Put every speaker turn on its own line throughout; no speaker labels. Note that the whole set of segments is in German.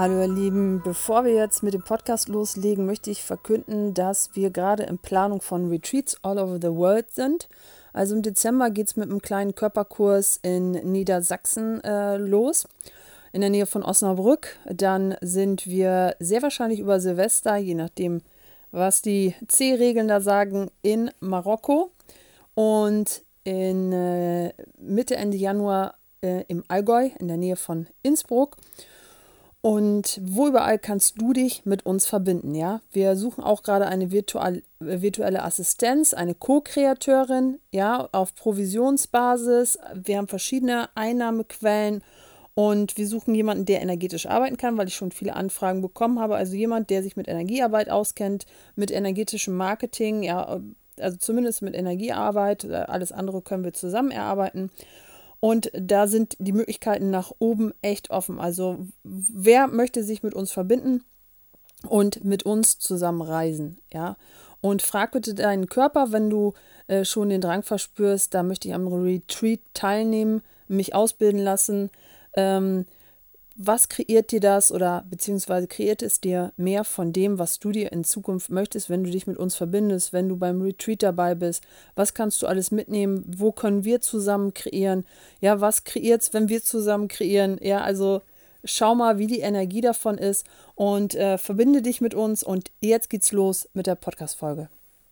Hallo ihr Lieben, bevor wir jetzt mit dem Podcast loslegen, möchte ich verkünden, dass wir gerade in Planung von Retreats all over the world sind. Also im Dezember geht es mit einem kleinen Körperkurs in Niedersachsen los, in der Nähe von Osnabrück. Dann sind wir sehr wahrscheinlich über Silvester, je nachdem, was die C-Regeln da sagen, in Marokko. Und in Mitte, Ende Januar im Allgäu, in der Nähe von Innsbruck. Und wo überall kannst du dich mit uns verbinden, ja? Wir suchen auch gerade eine virtuelle Assistenz, eine Co-Kreateurin, ja, auf Provisionsbasis. Wir haben verschiedene Einnahmequellen und wir suchen jemanden, der energetisch arbeiten kann, weil ich schon viele Anfragen bekommen habe. Also jemand, der sich mit Energiearbeit auskennt, mit energetischem Marketing, ja, also zumindest mit Energiearbeit. Alles andere können wir zusammen erarbeiten. Und da sind die Möglichkeiten nach oben echt offen. Also wer möchte sich mit uns verbinden und mit uns zusammen reisen, ja? Und frag bitte deinen Körper, wenn du schon den Drang verspürst, da möchte ich am Retreat teilnehmen, mich ausbilden lassen. Was kreiert dir das oder beziehungsweise kreiert es dir mehr von dem, was du dir in Zukunft möchtest, wenn du dich mit uns verbindest, wenn du beim Retreat dabei bist? Was kannst du alles mitnehmen? Wo können wir zusammen kreieren? Ja, was kreiert es, wenn wir zusammen kreieren? Ja, also schau mal, wie die Energie davon ist und verbinde dich mit uns. Und jetzt geht's los mit der Podcast-Folge.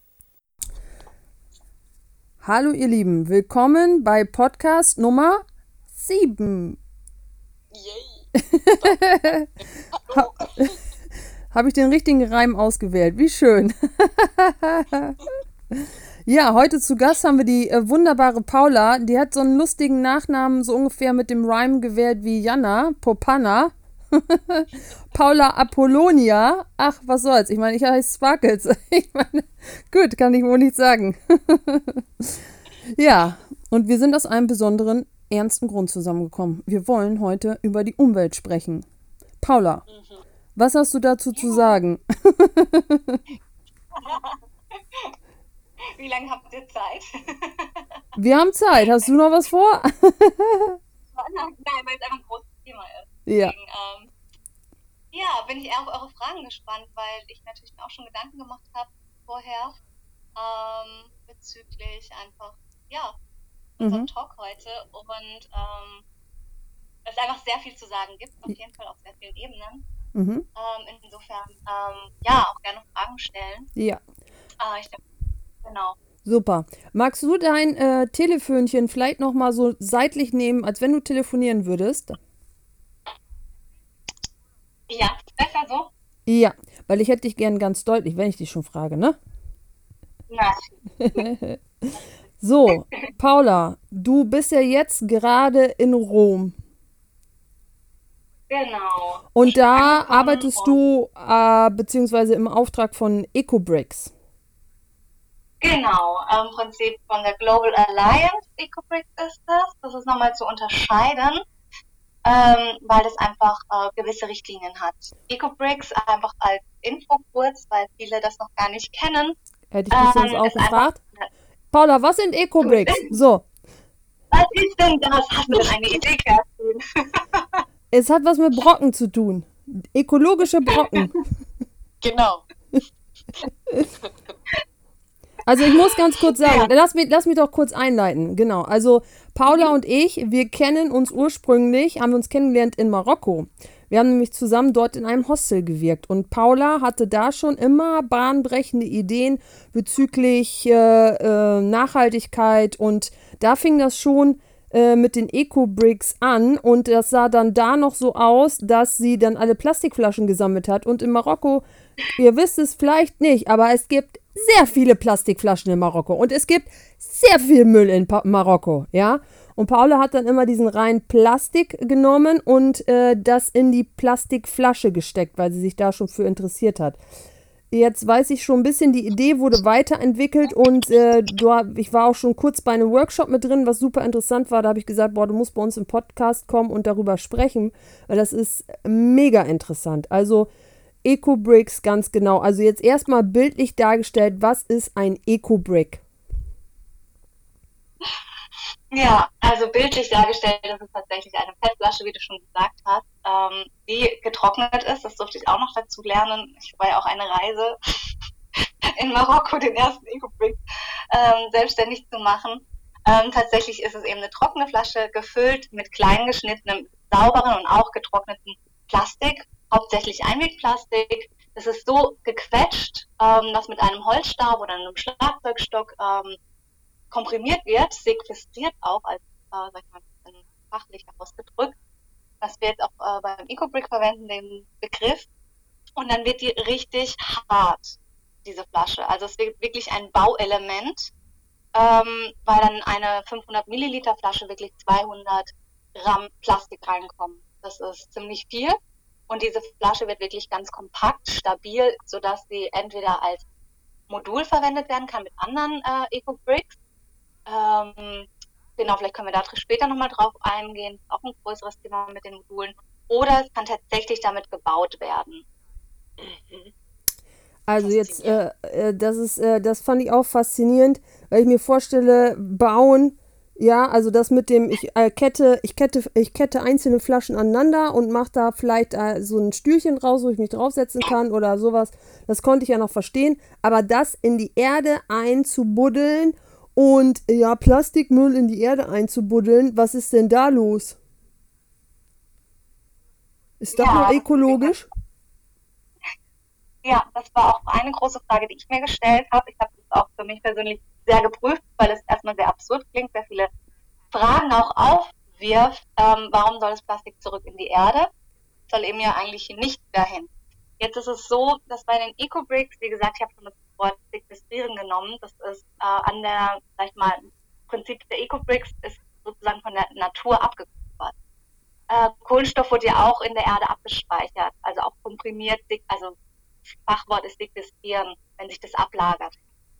Hallo ihr Lieben, willkommen bei Podcast Nummer 7.
Yay.
Ha Habe ich den richtigen Reim ausgewählt? Wie schön. Ja, heute zu Gast haben wir die wunderbare Paula. Die hat so einen lustigen Nachnamen, so ungefähr mit dem Rhyme gewählt wie Jana, Popana. Paula Apollonia. Ach, was soll's. Ich meine, ich heiße Sparkles. Ich meine, gut, kann ich wohl nicht sagen. Ja, und wir sind aus einem besonderen, ernsten Grund zusammengekommen. Wir wollen heute über die Umwelt sprechen. Paula, was hast du dazu zu sagen?
Wie lange habt ihr Zeit?
Wir haben Zeit. Hast du noch was vor?
Nein, weil es einfach ein großes Thema ist.
Ja.
Deswegen, ja, bin ich eher auf eure Fragen gespannt, weil ich natürlich mir auch schon Gedanken gemacht habe vorher bezüglich einfach, ja, unserem Talk heute und es einfach sehr viel zu sagen gibt, auf jeden Fall auf sehr vielen Ebenen. Insofern, ja, auch gerne Fragen stellen.
Ja.
Ich denke, genau.
Super. Magst du dein Telefönchen vielleicht noch mal so seitlich nehmen, als wenn du telefonieren würdest?
Ja, besser so?
Ja, weil ich hätte dich gern ganz deutlich, wenn ich dich schon frage, ne?
Na,
So, Paula, du bist ja jetzt gerade in Rom
genau.
und da
Angekommen
arbeitest du beziehungsweise im Auftrag von EcoBricks.
Genau, im Prinzip von der Global Alliance EcoBricks ist das. Das ist nochmal zu unterscheiden, weil das einfach gewisse Richtlinien hat. EcoBricks einfach als Info kurz, weil viele das noch gar nicht kennen.
Hätte ich dich sonst auch
Ist einfach,
gefragt. Paula, was sind EcoBricks? So,
was ist denn das? Hast du denn eine Idee, Kerstin?
es hat was mit Brocken zu tun. Ökologische Brocken.
Genau.
Also ich muss ganz kurz sagen,
Ja.
lass mich doch kurz einleiten. Genau, also Paula und ich, wir kennen uns ursprünglich, haben wir uns kennengelernt in Marokko. Wir haben nämlich zusammen dort in einem Hostel gewirkt. Und Paula hatte da schon immer bahnbrechende Ideen bezüglich Nachhaltigkeit. Und da fing das schon mit den Eco-Bricks an. Und das sah dann da noch so aus, dass sie dann alle Plastikflaschen gesammelt hat. Und in Marokko, ihr wisst es vielleicht nicht, aber es gibt sehr viele Plastikflaschen in Marokko. Und es gibt sehr viel Müll in Marokko, ja. Und Paula hat dann immer diesen reinen Plastik genommen und das in die Plastikflasche gesteckt, weil sie sich da schon für interessiert hat. Jetzt weiß ich schon ein bisschen, die Idee wurde weiterentwickelt und ich war auch schon kurz bei einem Workshop mit drin, was super interessant war. Da habe ich gesagt, boah, du musst bei uns im Podcast kommen und darüber sprechen, weil das ist mega interessant. Also EcoBricks ganz genau. Also jetzt erstmal bildlich dargestellt, was ist ein EcoBrick?
Ja, also bildlich dargestellt, das ist tatsächlich eine PET-Flasche, wie du schon gesagt hast, die getrocknet ist. Das durfte ich auch noch dazu lernen. Ich war ja auch eine Reise in Marokko, den ersten Eco-Brick selbstständig zu machen. Tatsächlich ist es eben eine trockene Flasche, gefüllt mit klein geschnittenem, sauberen und auch getrockneten Plastik, hauptsächlich Einwegplastik. Das ist so gequetscht, dass mit einem Holzstab oder einem Schlagzeugstock komprimiert wird, sequestriert auch als, sag ich mal, ein bisschen fachlich ausgedrückt, was wir jetzt auch beim EcoBrick verwenden, den Begriff. Und dann wird die richtig hart, diese Flasche. Also es wird wirklich ein Bauelement, weil dann eine 500 Milliliter Flasche wirklich 200 Gramm Plastik reinkommen. Das ist ziemlich viel. Und diese Flasche wird wirklich ganz kompakt, stabil, sodass sie entweder als Modul verwendet werden kann mit anderen Eco-Bricks. Genau, vielleicht können wir da später nochmal drauf eingehen. Ist auch ein größeres Thema mit den Modulen. Oder es kann tatsächlich damit gebaut werden.
Also jetzt, das fand ich auch faszinierend, weil ich mir vorstelle, bauen, ja, also das mit dem, ich kette einzelne Flaschen aneinander und mache da vielleicht so ein Stühlchen raus, wo ich mich draufsetzen kann oder sowas. Das konnte ich ja noch verstehen. Aber das in die Erde einzubuddeln und ja, Plastikmüll in die Erde einzubuddeln, was ist denn da los? Ist das noch
Ja,
ökologisch?
ja, das war auch eine große Frage, die ich mir gestellt habe. Ich habe das auch für mich persönlich sehr geprüft, weil es erstmal sehr absurd klingt, sehr viele Fragen auch aufwirft. Warum soll das Plastik zurück in die Erde? Soll eben ja eigentlich nicht dahin. Jetzt ist es so, dass bei den Eco-Bricks, wie gesagt, ich habe schon das Wort Sequestrieren genommen, das ist an der, sag ich mal, Prinzip der Eco-Bricks ist sozusagen von der Natur abgekupfert. Kohlenstoff wird ja auch in der Erde abgespeichert, also auch komprimiert, also das Fachwort ist Sequestrieren, wenn sich das ablagert.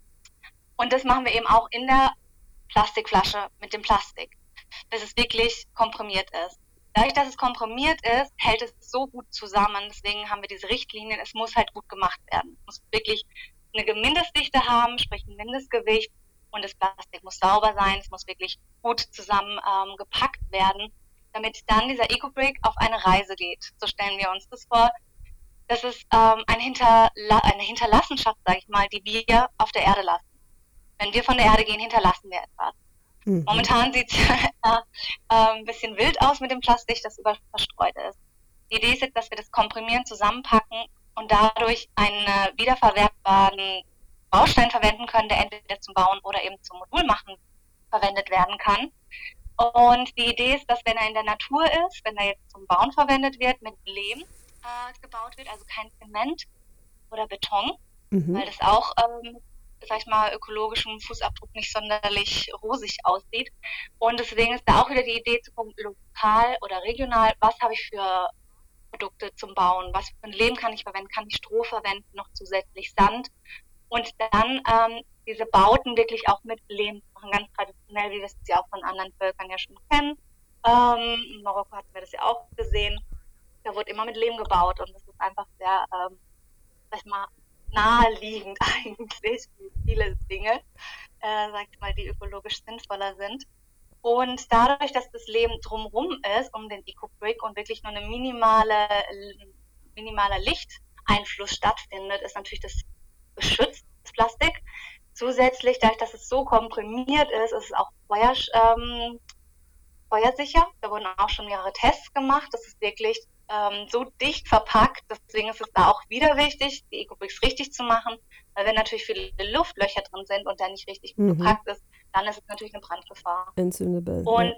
Und das machen wir eben auch in der Plastikflasche mit dem Plastik, bis es wirklich komprimiert ist. Dadurch, dass es komprimiert ist, hält es so gut zusammen. Deswegen haben wir diese Richtlinien. Es muss halt gut gemacht werden. Es muss wirklich eine Mindestdichte haben, sprich ein Mindestgewicht. Und das Plastik muss sauber sein. Es muss wirklich gut zusammen gepackt werden, damit dann dieser Eco-Brick auf eine Reise geht. So stellen wir uns das vor. Das ist eine Hinterlassenschaft, sage ich mal, die wir auf der Erde lassen. Wenn wir von der Erde gehen, hinterlassen wir etwas.
Mhm.
Momentan sieht es ein bisschen wild aus mit dem Plastik, das überall verstreut ist. Die Idee ist jetzt, dass wir das komprimieren, zusammenpacken und dadurch einen wiederverwertbaren Baustein verwenden können, der entweder zum Bauen oder eben zum Modulmachen verwendet werden kann. Und die Idee ist, dass wenn er in der Natur ist, wenn er jetzt zum Bauen verwendet wird, mit Lehm gebaut wird, also kein Zement oder Beton, weil das auch sag ich mal, ökologischen Fußabdruck nicht sonderlich rosig aussieht. Und deswegen ist da auch wieder die Idee zu gucken, lokal oder regional, was habe ich für Produkte zum Bauen, was für ein Lehm kann ich verwenden, kann ich Stroh verwenden, noch zusätzlich Sand und dann diese Bauten wirklich auch mit Lehm machen, ganz traditionell, wie wir es ja auch von anderen Völkern ja schon kennen. In Marokko hatten wir das ja auch gesehen. Da wird immer mit Lehm gebaut und das ist einfach sehr, sag ich mal, naheliegend eigentlich, wie viele Dinge, sag ich mal, die ökologisch sinnvoller sind. Und dadurch, dass das Leben drumherum ist, um den Eco-Brick und wirklich nur eine minimaler Lichteinfluss stattfindet, ist natürlich das geschützt, das Plastik. Zusätzlich, dadurch, dass es so komprimiert ist es auch feuersicher. Da wurden auch schon mehrere Tests gemacht. Das ist wirklich so dicht verpackt. Deswegen ist es da auch wieder wichtig, die Eco-Bricks richtig zu machen. Weil wenn natürlich viele Luftlöcher drin sind und da nicht richtig verpackt ist, dann ist es natürlich eine Brandgefahr.
Entzündable.
Und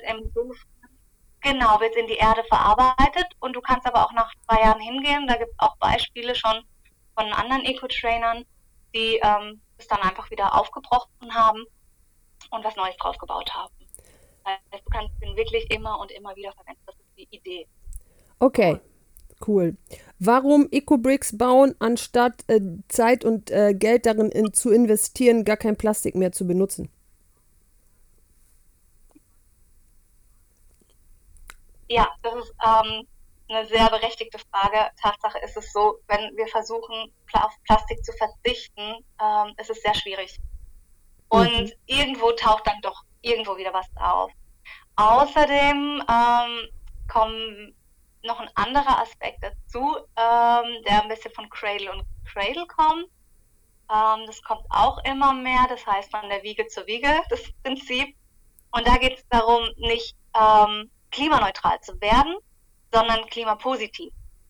genau, wird in die Erde verarbeitet. Und du kannst aber auch nach 2 Jahren hingehen. Da gibt es auch Beispiele schon von anderen Eco-Trainern, die es dann einfach wieder aufgebrochen haben und was Neues draus gebaut haben. Also du kannst den wirklich immer und immer wieder verwenden. Das ist die Idee.
Okay, cool. Warum Eco-Bricks bauen, anstatt Zeit und Geld darin zu investieren, gar kein Plastik mehr zu benutzen?
Ja, das ist eine sehr berechtigte Frage. Tatsache ist es so, wenn wir versuchen, auf Plastik zu verzichten, ist es sehr schwierig. Und irgendwo taucht dann doch irgendwo wieder was auf. Außerdem kommen noch ein anderer Aspekt dazu, der ein bisschen von Cradle und Cradle kommt. Das kommt auch immer mehr, das heißt von der Wiege zur Wiege, das Prinzip. Und da geht es darum, nicht klimaneutral zu werden, sondern klimapositiv.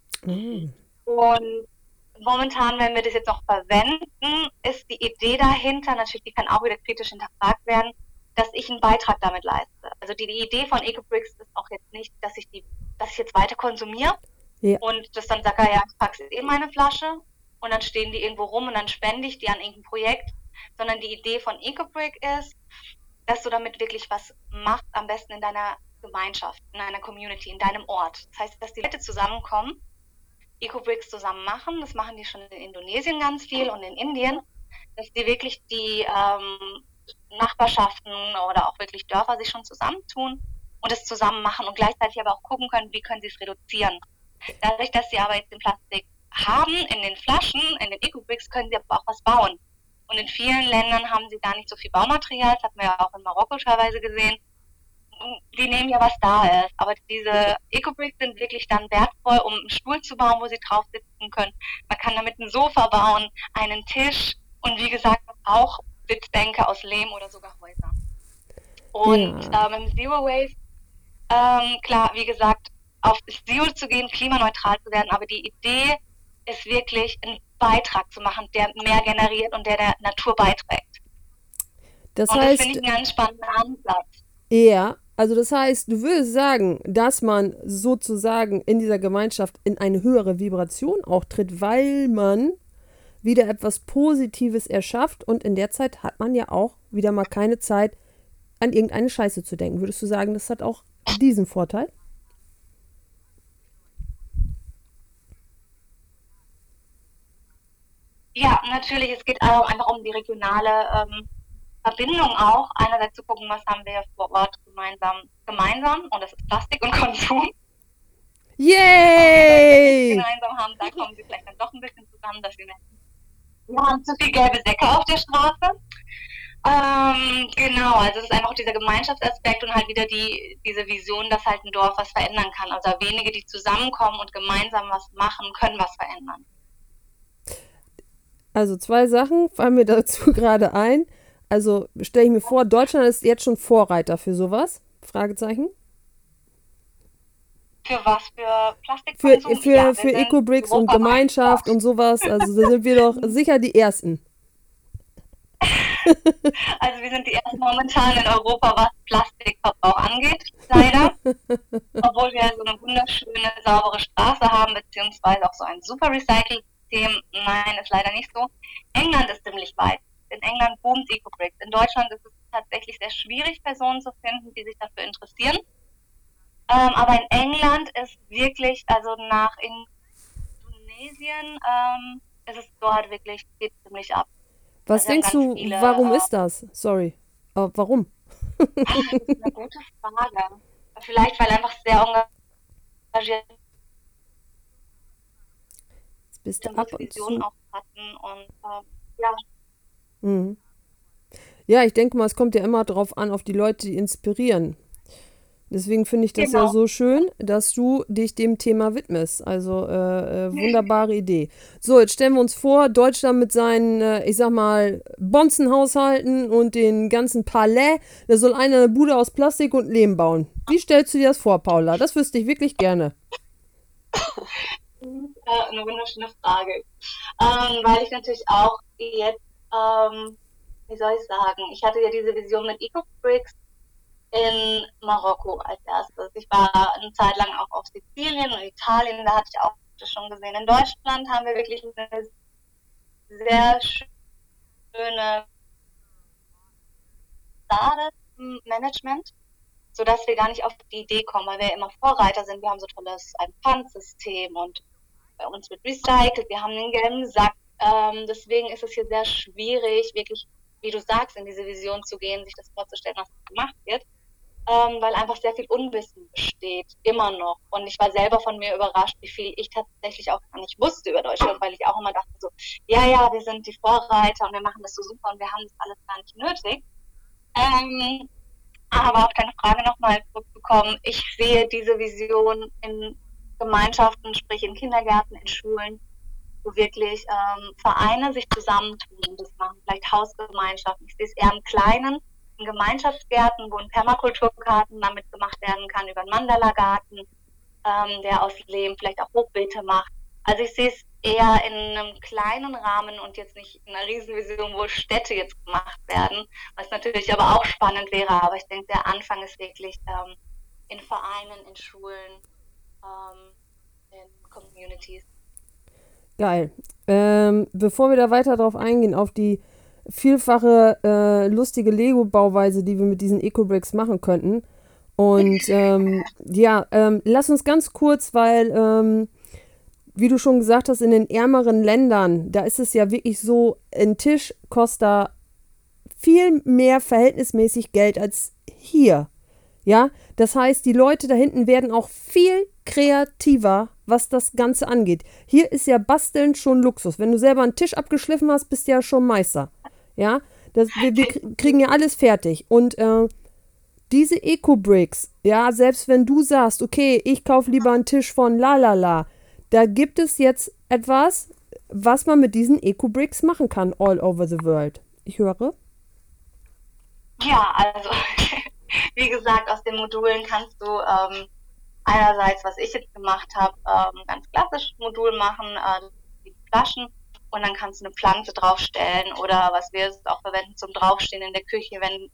Und momentan, wenn wir das jetzt noch verwenden, ist die Idee dahinter, natürlich, die kann auch wieder kritisch hinterfragt werden, dass ich einen Beitrag damit leiste. Also die Idee von EcoBricks ist auch jetzt nicht, dass ich jetzt weiter konsumiere und das dann sage, ja, ich packe in meine Flasche und dann stehen die irgendwo rum und dann spende ich die an irgendein Projekt, sondern die Idee von EcoBrick ist, dass du damit wirklich was machst, am besten in deiner Gemeinschaft, in deiner Community, in deinem Ort. Das heißt, dass die Leute zusammenkommen, EcoBricks zusammen machen, das machen die schon in Indonesien ganz viel und in Indien, dass die wirklich die Nachbarschaften oder auch wirklich Dörfer sich schon zusammentun und es zusammen machen und gleichzeitig aber auch gucken können, wie können sie es reduzieren. Dadurch, dass sie aber jetzt den Plastik haben in den Flaschen, in den EcoBricks, können sie aber auch was bauen. Und in vielen Ländern haben sie gar nicht so viel Baumaterial, das hatten wir ja auch in Marokko teilweise gesehen. Die nehmen ja, was da ist, aber diese EcoBricks sind wirklich dann wertvoll, um einen Stuhl zu bauen, wo sie drauf sitzen können. Man kann damit ein Sofa bauen, einen Tisch und wie gesagt auch Sitzbänke aus Lehm oder sogar Häuser. Und im Zero Waste, klar, wie gesagt, auf Zero zu gehen, klimaneutral zu werden, aber die Idee ist wirklich, einen Beitrag zu machen, der mehr generiert und der Natur beiträgt.
Das
und
heißt,
das finde ich einen ganz spannenden Ansatz.
Ja, also das heißt, du würdest sagen, dass man sozusagen in dieser Gemeinschaft in eine höhere Vibration auch tritt, weil man wieder etwas Positives erschafft und in der Zeit hat man ja auch wieder mal keine Zeit, an irgendeine Scheiße zu denken. Würdest du sagen, das hat auch diesen Vorteil?
Ja, natürlich, es geht auch einfach um die regionale Verbindung auch. Einerseits zu gucken, was haben wir vor Ort gemeinsam und das ist Plastik und Konsum.
Yay!
Gemeinsam haben, da kommen sie vielleicht dann doch ein bisschen zusammen, dass wir haben zu viel gelbe Säcke auf der Straße. Genau, also es ist einfach dieser Gemeinschaftsaspekt und halt wieder diese Vision, dass halt ein Dorf was verändern kann. Also wenige, die zusammenkommen und gemeinsam was machen, können was verändern.
Also 2 Sachen fallen mir dazu gerade ein. Also stelle ich mir vor, Deutschland ist jetzt schon Vorreiter für sowas? Fragezeichen.
Für was? Für Plastikkonsum?
Für EcoBricks und Gemeinschaft und sowas. Also da sind wir doch sicher die Ersten.
Also wir sind die Ersten momentan in Europa, was Plastikverbrauch angeht, leider. Obwohl wir so eine wunderschöne, saubere Straße haben, beziehungsweise auch so ein super Recycling-System. Nein, ist leider nicht so. England ist ziemlich weit. In England boomt EcoBricks. In Deutschland ist es tatsächlich sehr schwierig, Personen zu finden, die sich dafür interessieren. Aber in England ist wirklich, also nach Indonesien, ist es dort wirklich, geht ziemlich ab.
Was denkst du, warum ist das? Sorry. Warum?
Das ist eine gute Frage. Vielleicht, weil einfach sehr engagiert
Jetzt bist du ab und
Vision
zu.
auch hatten und ja.
Mhm. Ja, ich denke mal, es kommt ja immer drauf an, auf die Leute, die inspirieren. Deswegen finde ich das ja so schön, dass du dich dem Thema widmest. Also wunderbare Idee. So, jetzt stellen wir uns vor, Deutschland mit seinen, ich sag mal, Bonzenhaushalten und den ganzen Palais, da soll einer eine Bude aus Plastik und Lehm bauen. Wie stellst du dir das vor, Paula? Das wüsste ich wirklich gerne.
Eine wunderschöne Frage. Weil ich natürlich auch jetzt, wie soll ich sagen, ich hatte ja diese Vision mit EcoBricks in Marokko als erstes. Ich war eine Zeit lang auch auf Sizilien und Italien, da hatte ich auch das schon gesehen. In Deutschland haben wir wirklich eine sehr schöne Management, sodass wir gar nicht auf die Idee kommen, weil wir ja immer Vorreiter sind. Wir haben so tolles ein Pfandsystem und bei uns wird recycelt, wir haben den gelben Sack. Deswegen ist es hier sehr schwierig, wirklich, wie du sagst, in diese Vision zu gehen, sich das vorzustellen, was gemacht wird. Weil einfach sehr viel Unwissen besteht, immer noch. Und ich war selber von mir überrascht, wie viel ich tatsächlich auch gar nicht wusste über Deutschland, weil ich auch immer dachte so, ja, wir sind die Vorreiter und wir machen das so super und wir haben das alles gar nicht nötig. Aber auf deine Frage nochmal zurückzukommen, ich sehe diese Vision in Gemeinschaften, sprich in Kindergärten, in Schulen, wo wirklich Vereine sich zusammentun und das machen, vielleicht Hausgemeinschaften. Ich sehe es eher im Kleinen, in Gemeinschaftsgärten, wo ein Permakulturgarten damit gemacht werden kann, über einen Mandala-Garten, der aus Lehm vielleicht auch Hochbeete macht. Also ich sehe es eher in einem kleinen Rahmen und jetzt nicht in einer Riesenvision, wo Städte jetzt gemacht werden, was natürlich aber auch spannend wäre. Aber ich denke, der Anfang ist wirklich in Vereinen, in Schulen, in Communities.
Geil. Bevor wir da weiter drauf eingehen, auf die vielfache lustige Lego-Bauweise, die wir mit diesen Eco-Bricks machen könnten. Und lass uns ganz kurz, weil, wie du schon gesagt hast, in den ärmeren Ländern, da ist es ja wirklich so, ein Tisch kostet da viel mehr verhältnismäßig Geld als hier. Ja, das heißt, die Leute da hinten werden auch viel kreativer, was das Ganze angeht. Hier ist ja Basteln schon Luxus. Wenn du selber einen Tisch abgeschliffen hast, bist du ja schon Meister. Ja, wir kriegen ja alles fertig. Und diese Eco-Bricks, ja, selbst wenn du sagst, okay, ich kaufe lieber einen Tisch von Lalala, da gibt es jetzt etwas, was man mit diesen Eco-Bricks machen kann, all over the world. Ich höre.
Ja, also wie gesagt, aus den Modulen kannst du einerseits, was ich jetzt gemacht habe, ganz klassisch Modul machen, die Flaschen, und dann kannst du eine Pflanze draufstellen oder was wir jetzt auch verwenden zum Draufstehen in der Küche, wenn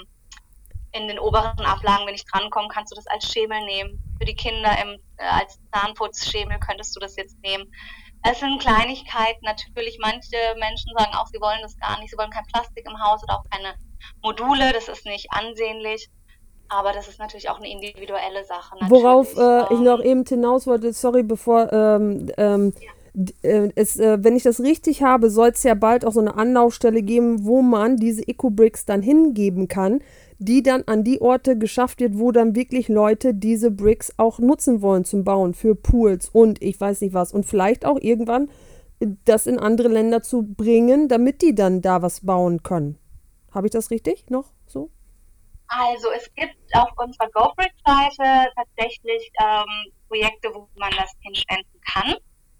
in den oberen Ablagen, wenn ich drankomme, kannst du das als Schemel nehmen. Für die Kinder als Zahnputzschemel könntest du das jetzt nehmen. Es sind Kleinigkeiten, natürlich, manche Menschen sagen auch, sie wollen das gar nicht, sie wollen kein Plastik im Haus oder auch keine Module, das ist nicht ansehnlich, aber das ist natürlich auch eine individuelle Sache. Natürlich.
Worauf ich noch eben hinaus wollte, sorry, bevor, wenn ich das richtig habe, soll es ja bald auch so eine Anlaufstelle geben, wo man diese Eco-Bricks dann hingeben kann, die dann an die Orte geschafft wird, wo dann wirklich Leute diese Bricks auch nutzen wollen zum Bauen für Pools und ich weiß nicht was. Und vielleicht auch irgendwann das in andere Länder zu bringen, damit die dann da was bauen können. Habe ich das richtig noch so?
Also es gibt auf unserer GoBrick-Seite tatsächlich Projekte, wo man das hinspenden kann.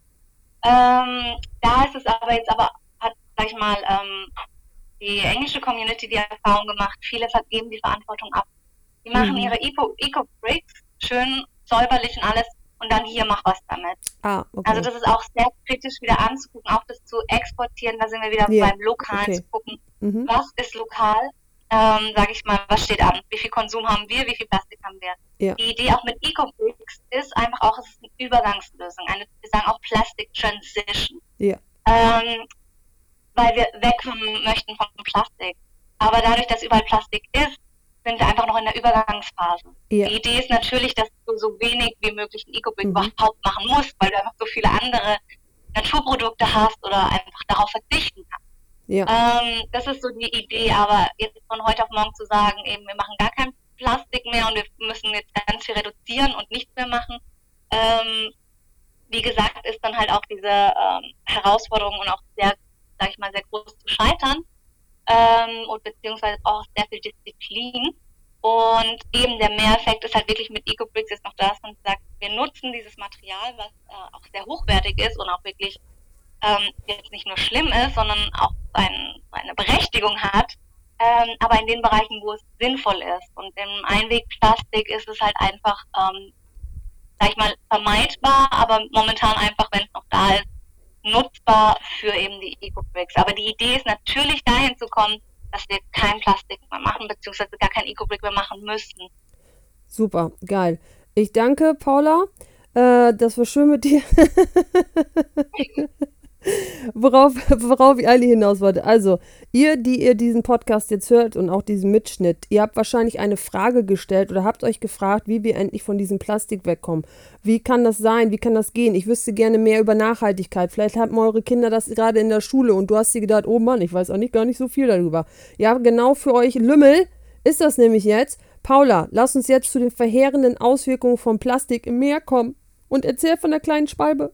Da ist es hat, sag ich mal, die englische Community die Erfahrung gemacht, viele vergeben die Verantwortung ab. Die machen ihre Eco-Bricks schön säuberlich und alles und dann hier mach was damit.
Okay.
Also das ist auch sehr kritisch wieder anzugucken, auch das zu exportieren, da sind wir wieder beim Lokalen zu gucken, was ist lokal, sage ich mal, was steht an, wie viel Konsum haben wir, wie viel Plastik haben wir. Ja. Die Idee auch mit Eco-Bricks ist einfach auch, es ist eine Übergangslösung, wir sagen auch Plastic Transition. Ja. Weil wir wegkommen möchten von Plastik. Aber dadurch, dass überall Plastik ist, sind wir einfach noch in der Übergangsphase. Ja. Die Idee ist natürlich, dass du so wenig wie möglich ein Eco-Brick überhaupt machen musst, weil du einfach so viele andere Naturprodukte hast oder einfach darauf verzichten kannst. Ja. Das ist so die Idee, aber jetzt von heute auf morgen zu sagen, eben wir machen gar kein Plastik mehr und wir müssen jetzt ganz viel reduzieren und nichts mehr machen, wie gesagt, ist dann halt auch diese Herausforderung und auch sehr, sag ich mal, sehr groß zu scheitern und beziehungsweise auch sehr viel Disziplin. Und eben der Mehreffekt ist halt wirklich mit Eco-Bricks jetzt noch das, dass man sagt, wir nutzen dieses Material, was auch sehr hochwertig ist und auch wirklich jetzt nicht nur schlimm ist, sondern auch seine Berechtigung hat, aber in den Bereichen, wo es sinnvoll ist. Und im Einwegplastik ist es halt einfach, sag ich mal, vermeidbar, aber momentan einfach, wenn es noch da ist, nutzbar für eben die Eco-Bricks. Aber die Idee ist natürlich dahin zu kommen, dass wir kein Plastik mehr machen, beziehungsweise gar kein Eco-Brick mehr machen müssen.
Super, geil. Ich danke, Paula. Das war schön mit dir. Worauf ich eigentlich hinaus wollte. Also, ihr diesen Podcast jetzt hört und auch diesen Mitschnitt, ihr habt wahrscheinlich eine Frage gestellt oder habt euch gefragt, wie wir endlich von diesem Plastik wegkommen. Wie kann das sein? Wie kann das gehen? Ich wüsste gerne mehr über Nachhaltigkeit. Vielleicht haben eure Kinder das gerade in der Schule und du hast dir gedacht, oh Mann, ich weiß auch gar nicht so viel darüber. Ja, genau für euch Lümmel ist das nämlich jetzt. Paula, lass uns jetzt zu den verheerenden Auswirkungen von Plastik im Meer kommen und erzähl von der kleinen Schwalbe.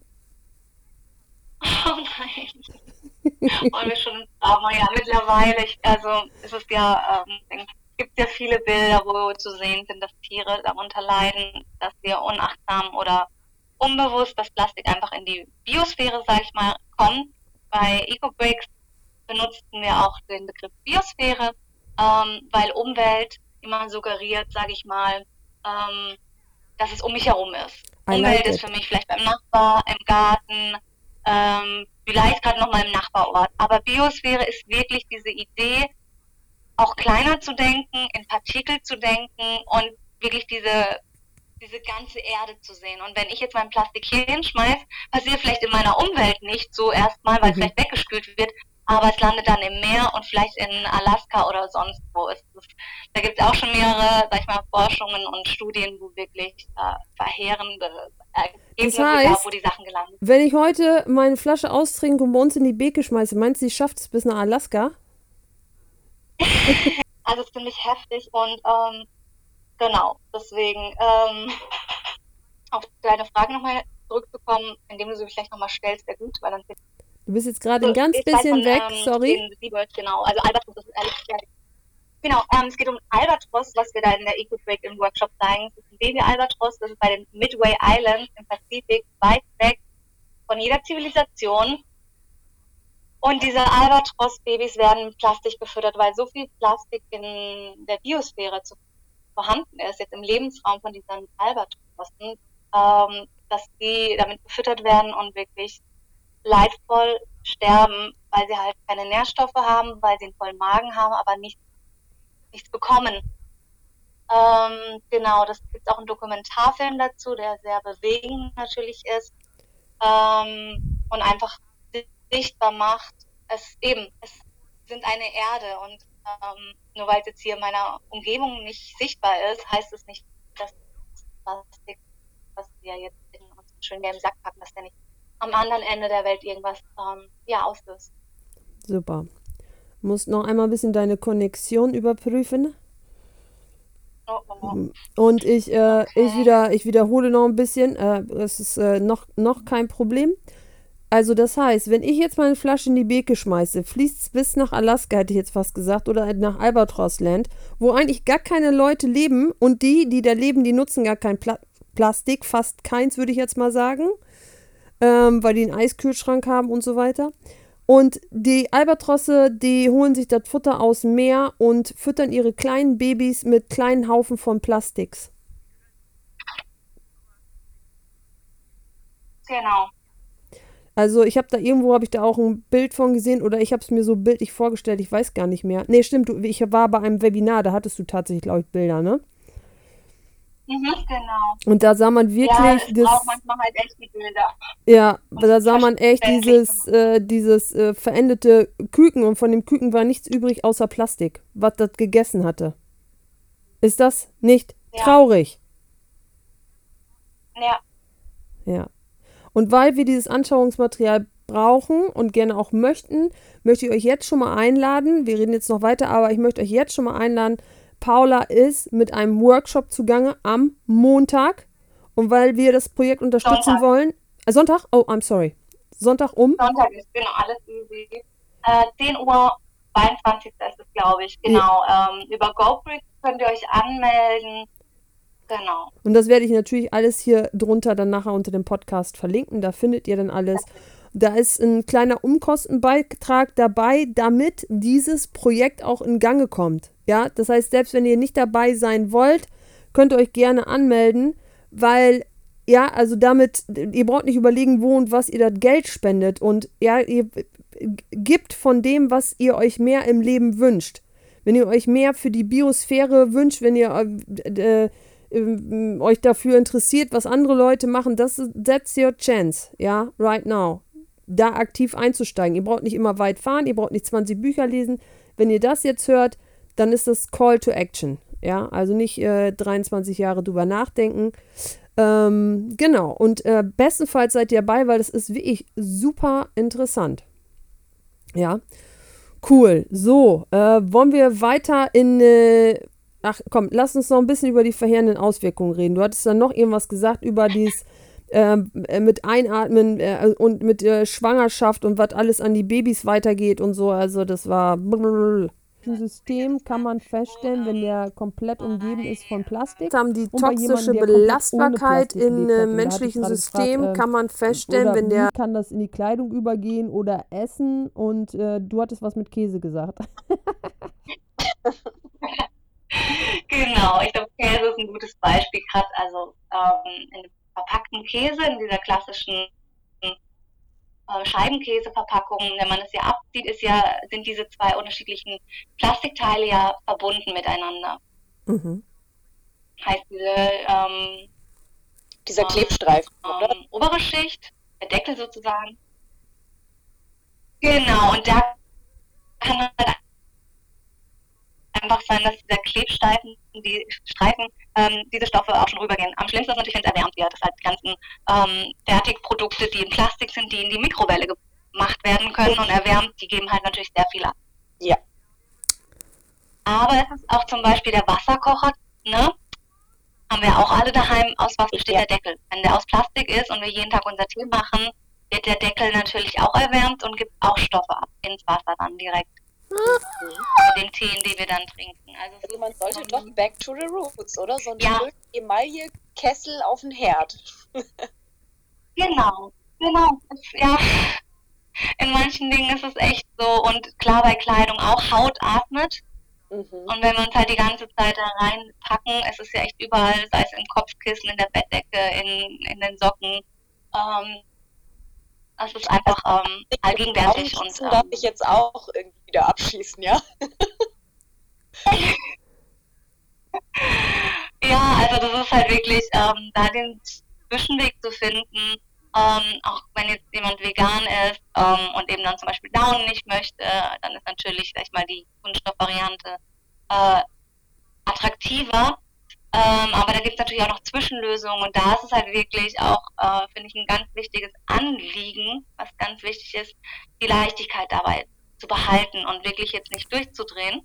Oh nein. Wollen wir schon ins Drama? Ja, mittlerweile, es ist ja gibt ja viele Bilder, wo zu sehen sind, dass Tiere darunter leiden, dass wir unachtsam oder unbewusst das Plastik einfach in die Biosphäre, sage ich mal, kommt. Bei EcoBricks benutzen wir auch den Begriff Biosphäre, weil Umwelt immer suggeriert, sage ich mal, dass es um mich herum ist. Umwelt ist für mich vielleicht beim Nachbar, im Garten, vielleicht gerade noch mal im Nachbarort. Aber Biosphäre ist wirklich diese Idee, auch kleiner zu denken, in Partikel zu denken und wirklich diese ganze Erde zu sehen. Und wenn ich jetzt mein Plastik hier hinschmeiß, passiert vielleicht in meiner Umwelt nicht so erstmal, weil es vielleicht weggespült wird, aber es landet dann im Meer und vielleicht in Alaska oder sonst wo. Da gibt es auch schon mehrere, sag ich mal, Forschungen und Studien, wo wirklich verheerende Ergebnisse gab, wo die Sachen gelandet sind.
Wenn ich heute meine Flasche austrinke und bei uns in die Beeke schmeiße, meinst du, sie schafft es bis nach Alaska?
Also ziemlich heftig und genau, deswegen auf deine Frage nochmal zurückzukommen, indem du sie vielleicht nochmal stellst, wäre gut, weil dann
du bist jetzt gerade ein ganz bisschen weg, sorry.
Genau, also Albatros, das ist ehrlich gesagt. Genau, es geht um Albatros, was wir da in der EcoBreak im Workshop zeigen. Das ist ein Baby-Albatros, das ist bei den Midway Islands im Pazifik, weit weg von jeder Zivilisation. Und diese Albatros-Babys werden mit Plastik gefüttert, weil so viel Plastik in der Biosphäre vorhanden ist, jetzt im Lebensraum von diesen Albatrossen, dass die damit gefüttert werden und wirklich leidvoll sterben, weil sie halt keine Nährstoffe haben, weil sie einen vollen Magen haben, aber nichts bekommen. Genau, das gibt auch einen Dokumentarfilm dazu, der sehr bewegend natürlich ist und einfach sichtbar macht, es sind eine Erde und nur weil es jetzt hier in meiner Umgebung nicht sichtbar ist, heißt es nicht, dass das Plastik, was wir jetzt in unseren schönen gelben Sack packen, dass der nicht am anderen Ende der Welt irgendwas auslöst.
Super. Musst noch einmal ein bisschen deine Konnexion überprüfen. Und ich wiederhole noch ein bisschen. Es ist noch kein Problem. Also das heißt, wenn ich jetzt meine Flasche in die Beeke schmeiße, fließt es bis nach Alaska, hätte ich jetzt fast gesagt, oder nach Albatrossland, wo eigentlich gar keine Leute leben und die da leben, die nutzen gar kein Plastik, fast keins, würde ich jetzt mal sagen, weil die einen Eiskühlschrank haben und so weiter. Und die Albatrosse, die holen sich das Futter aus dem Meer und füttern ihre kleinen Babys mit kleinen Haufen von Plastiks.
Genau.
Also habe ich da auch ein Bild von gesehen oder ich habe es mir so bildlich vorgestellt, ich weiß gar nicht mehr. Nee, stimmt, ich war bei einem Webinar, da hattest du tatsächlich, glaube ich, Bilder, ne?
Genau.
Und da sah man wirklich...
Ja, es braucht manchmal halt echt die Bilder.
Ja, da sah man echt dieses verendete Küken und von dem Küken war nichts übrig außer Plastik, was das gegessen hatte. Ist das nicht traurig?
Ja.
Ja. Und weil wir dieses Anschauungsmaterial brauchen und gerne auch möchte ich euch jetzt schon mal einladen, wir reden jetzt noch weiter, aber ich möchte euch jetzt schon mal einladen, Paula ist mit einem Workshop zugange am Montag und weil wir das Projekt unterstützen wollen, Sonntag? Oh, I'm sorry. Sonntag
ist genau alles easy. 10 Uhr, 22. ist es, glaube ich, genau. Über GoBricks könnt ihr euch anmelden. Genau.
Und das werde ich natürlich alles hier drunter dann nachher unter dem Podcast verlinken. Da findet ihr dann alles. Da ist ein kleiner Umkostenbeitrag dabei, damit dieses Projekt auch in Gange kommt. Ja, das heißt, selbst wenn ihr nicht dabei sein wollt, könnt ihr euch gerne anmelden, weil, ja, also damit, ihr braucht nicht überlegen, wo und was ihr das Geld spendet. Und ja, ihr gebt von dem, was ihr euch mehr im Leben wünscht. Wenn ihr euch mehr für die Biosphäre wünscht, wenn ihr euch dafür interessiert, was andere Leute machen, that's your chance, ja, right now. Da aktiv einzusteigen. Ihr braucht nicht immer weit fahren, ihr braucht nicht 20 Bücher lesen. Wenn ihr das jetzt hört, dann ist das Call to Action, ja, also nicht 23 Jahre drüber nachdenken. Genau, und bestenfalls seid ihr dabei, weil das ist wirklich super interessant. Ja, cool. So, wollen wir weiter Ach komm, lass uns noch ein bisschen über die verheerenden Auswirkungen reden. Du hattest dann noch irgendwas gesagt über dieses mit Einatmen und mit Schwangerschaft und was alles an die Babys weitergeht und so. Also das war... menschlichen System kann man feststellen, wenn der komplett umgeben ist von Plastik. Haben die toxische Belastbarkeit im menschlichen System kann man feststellen, wenn der... Wie kann das in die Kleidung übergehen oder Essen? Und du hattest was mit Käse gesagt.
Genau, ich glaube, Käse ist ein gutes Beispiel, gerade also in dem verpackten Käse, in dieser klassischen Scheibenkäseverpackung, wenn man es ja abzieht, sind diese zwei unterschiedlichen Plastikteile ja verbunden miteinander.
Mhm.
Heißt
dieser Klebstreifen, oder?
Obere Schicht, der Deckel sozusagen. Genau, und da kann halt einfach sein, dass dieser Klebstreifen, diese Stoffe auch schon rübergehen. Am schlimmsten ist natürlich, wenn es erwärmt wird. Das heißt, die ganzen Fertigprodukte, die in Plastik sind, die in die Mikrowelle gemacht werden können und erwärmt, die geben halt natürlich sehr viel ab.
Ja.
Aber es ist auch zum Beispiel der Wasserkocher, ne? Haben wir auch alle daheim. Aus was besteht der Deckel? Wenn der aus Plastik ist und wir jeden Tag unser Tee machen, wird der Deckel natürlich auch erwärmt und gibt auch Stoffe ab ins Wasser dann direkt. Mit dem Tee, den wir dann trinken.
Also man sollte doch back to the roots, oder? So ein Emaille-Kessel auf den Herd.
Genau. Ja, in manchen Dingen ist es echt so. Und klar, bei Kleidung auch, Haut atmet. Und wenn wir uns halt die ganze Zeit da reinpacken, es ist ja echt überall, sei es im Kopfkissen, in der Bettdecke, in den Socken. Das ist einfach allgegenwärtig. Und
darf ich jetzt auch irgendwie wieder abschießen, ja?
Ja, also das ist halt wirklich, da den Zwischenweg zu finden, auch wenn jetzt jemand vegan ist und eben dann zum Beispiel Daunen nicht möchte, dann ist natürlich, sag ich mal, die Kunststoffvariante attraktiver. Aber da gibt es natürlich auch noch Zwischenlösungen und da ist es halt wirklich auch, finde ich, ein ganz wichtiges Anliegen, was ganz wichtig ist, die Leichtigkeit dabei zu behalten und wirklich jetzt nicht durchzudrehen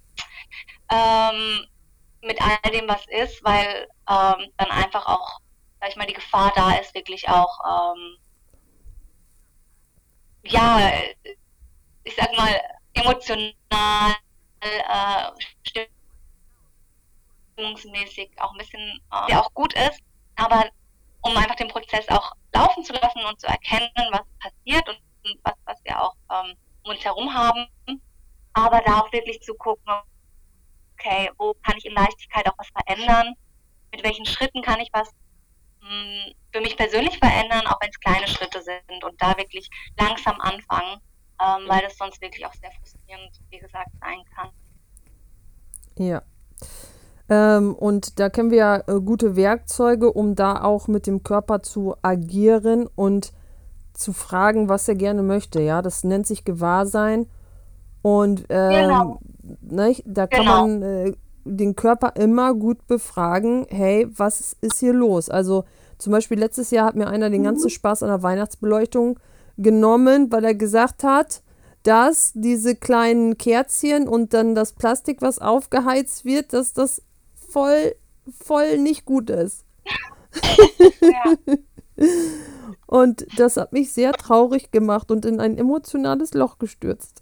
mit all dem, was ist, weil dann einfach auch, sag ich mal, die Gefahr da ist, wirklich auch, ja, ich sag mal, emotional, stimmungsmäßig auch ein bisschen, der auch gut ist, aber um einfach den Prozess auch laufen zu lassen und zu erkennen, was passiert und was wir auch um uns herum haben, aber da auch wirklich zu gucken, okay, wo kann ich in Leichtigkeit auch was verändern, mit welchen Schritten kann ich was für mich persönlich verändern, auch wenn es kleine Schritte sind und da wirklich langsam anfangen, weil das sonst wirklich auch sehr frustrierend, wie gesagt, sein kann.
Ja. Und da kennen wir ja gute Werkzeuge, um da auch mit dem Körper zu agieren und zu fragen, was er gerne möchte. Ja, das nennt sich Gewahrsein. Und
Genau.
Ne, da kann man den Körper immer gut befragen, hey, was ist hier los? Also zum Beispiel letztes Jahr hat mir einer den ganzen Spaß an der Weihnachtsbeleuchtung genommen, weil er gesagt hat, dass diese kleinen Kerzchen und dann das Plastik, was aufgeheizt wird, dass das voll nicht gut ist.
Ja.
Und das hat mich sehr traurig gemacht und in ein emotionales Loch gestürzt.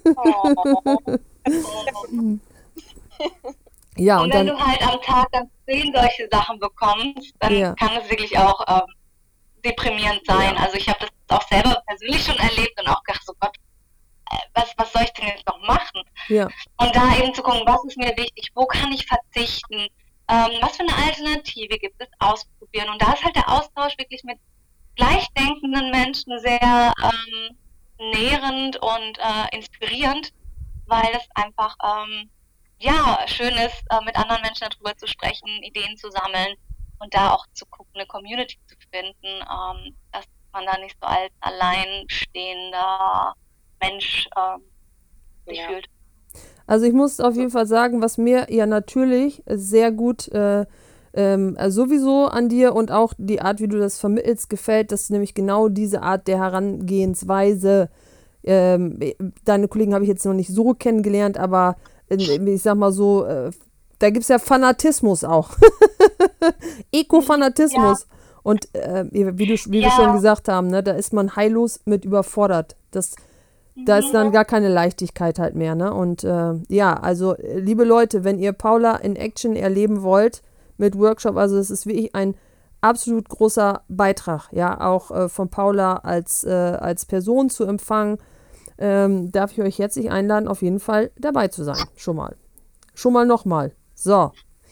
Ja,
und wenn du halt am Tag dann 10 solche Sachen bekommst, dann kann es wirklich auch deprimierend sein. Ja. Also ich habe das auch selber persönlich schon erlebt und auch gedacht, so Gott, was soll ich denn jetzt noch machen?
Ja.
Und da eben zu gucken, was ist mir wichtig, wo kann ich verzichten, was für eine Alternative gibt es, ausprobieren. Und da ist halt der Austausch wirklich mit gleichdenkenden Menschen sehr nährend und inspirierend, weil es einfach schön ist, mit anderen Menschen darüber zu sprechen, Ideen zu sammeln und da auch zu gucken, eine Community zu finden, dass man da nicht so als alleinstehender Mensch sich fühlt.
Also ich muss auf jeden Fall sagen, was mir ja natürlich sehr gut sowieso an dir und auch die Art, wie du das vermittelst, gefällt, dass nämlich genau diese Art der Herangehensweise, deine Kollegen habe ich jetzt noch nicht so kennengelernt, aber ich sag mal so, da gibt es ja Fanatismus auch. Ekofanatismus. Ja. Und wie wir schon gesagt haben, ne, da ist man heillos mit überfordert. Das da ist dann gar keine Leichtigkeit halt mehr, ne? Und ja, also liebe Leute, wenn ihr Paula in Action erleben wollt mit Workshop, also es ist wirklich ein absolut großer Beitrag, ja, auch von Paula als Person zu empfangen, darf ich euch herzlich einladen, auf jeden Fall dabei zu sein. Schon mal nochmal. So.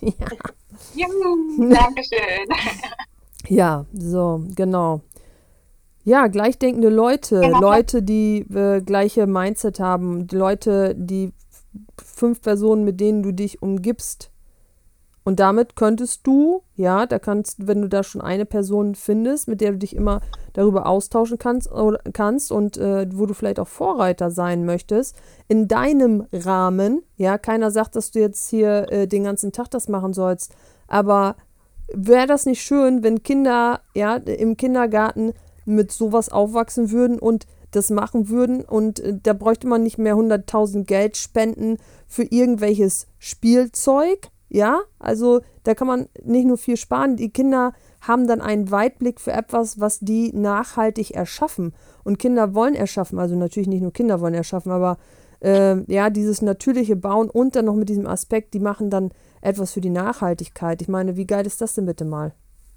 Juhu, Dankeschön.
Ja, so, genau. Ja, gleichdenkende Leute,
Genau.
Leute, die gleiche Mindset haben, die Leute, die 5 Personen, mit denen du dich umgibst. Und damit könntest du, ja, wenn du da schon eine Person findest, mit der du dich immer darüber austauschen kannst und wo du vielleicht auch Vorreiter sein möchtest, in deinem Rahmen, ja, keiner sagt, dass du jetzt hier den ganzen Tag das machen sollst, aber wäre das nicht schön, wenn Kinder, ja, im Kindergarten mit sowas aufwachsen würden und das machen würden und da bräuchte man nicht mehr 100.000 Geld spenden für irgendwelches Spielzeug, ja, also da kann man nicht nur viel sparen, die Kinder haben dann einen Weitblick für etwas, was die nachhaltig erschaffen und Kinder wollen erschaffen, also natürlich nicht nur Kinder wollen erschaffen, aber ja, dieses natürliche Bauen und dann noch mit diesem Aspekt, die machen dann etwas für die Nachhaltigkeit. Ich meine, wie geil ist das denn bitte mal?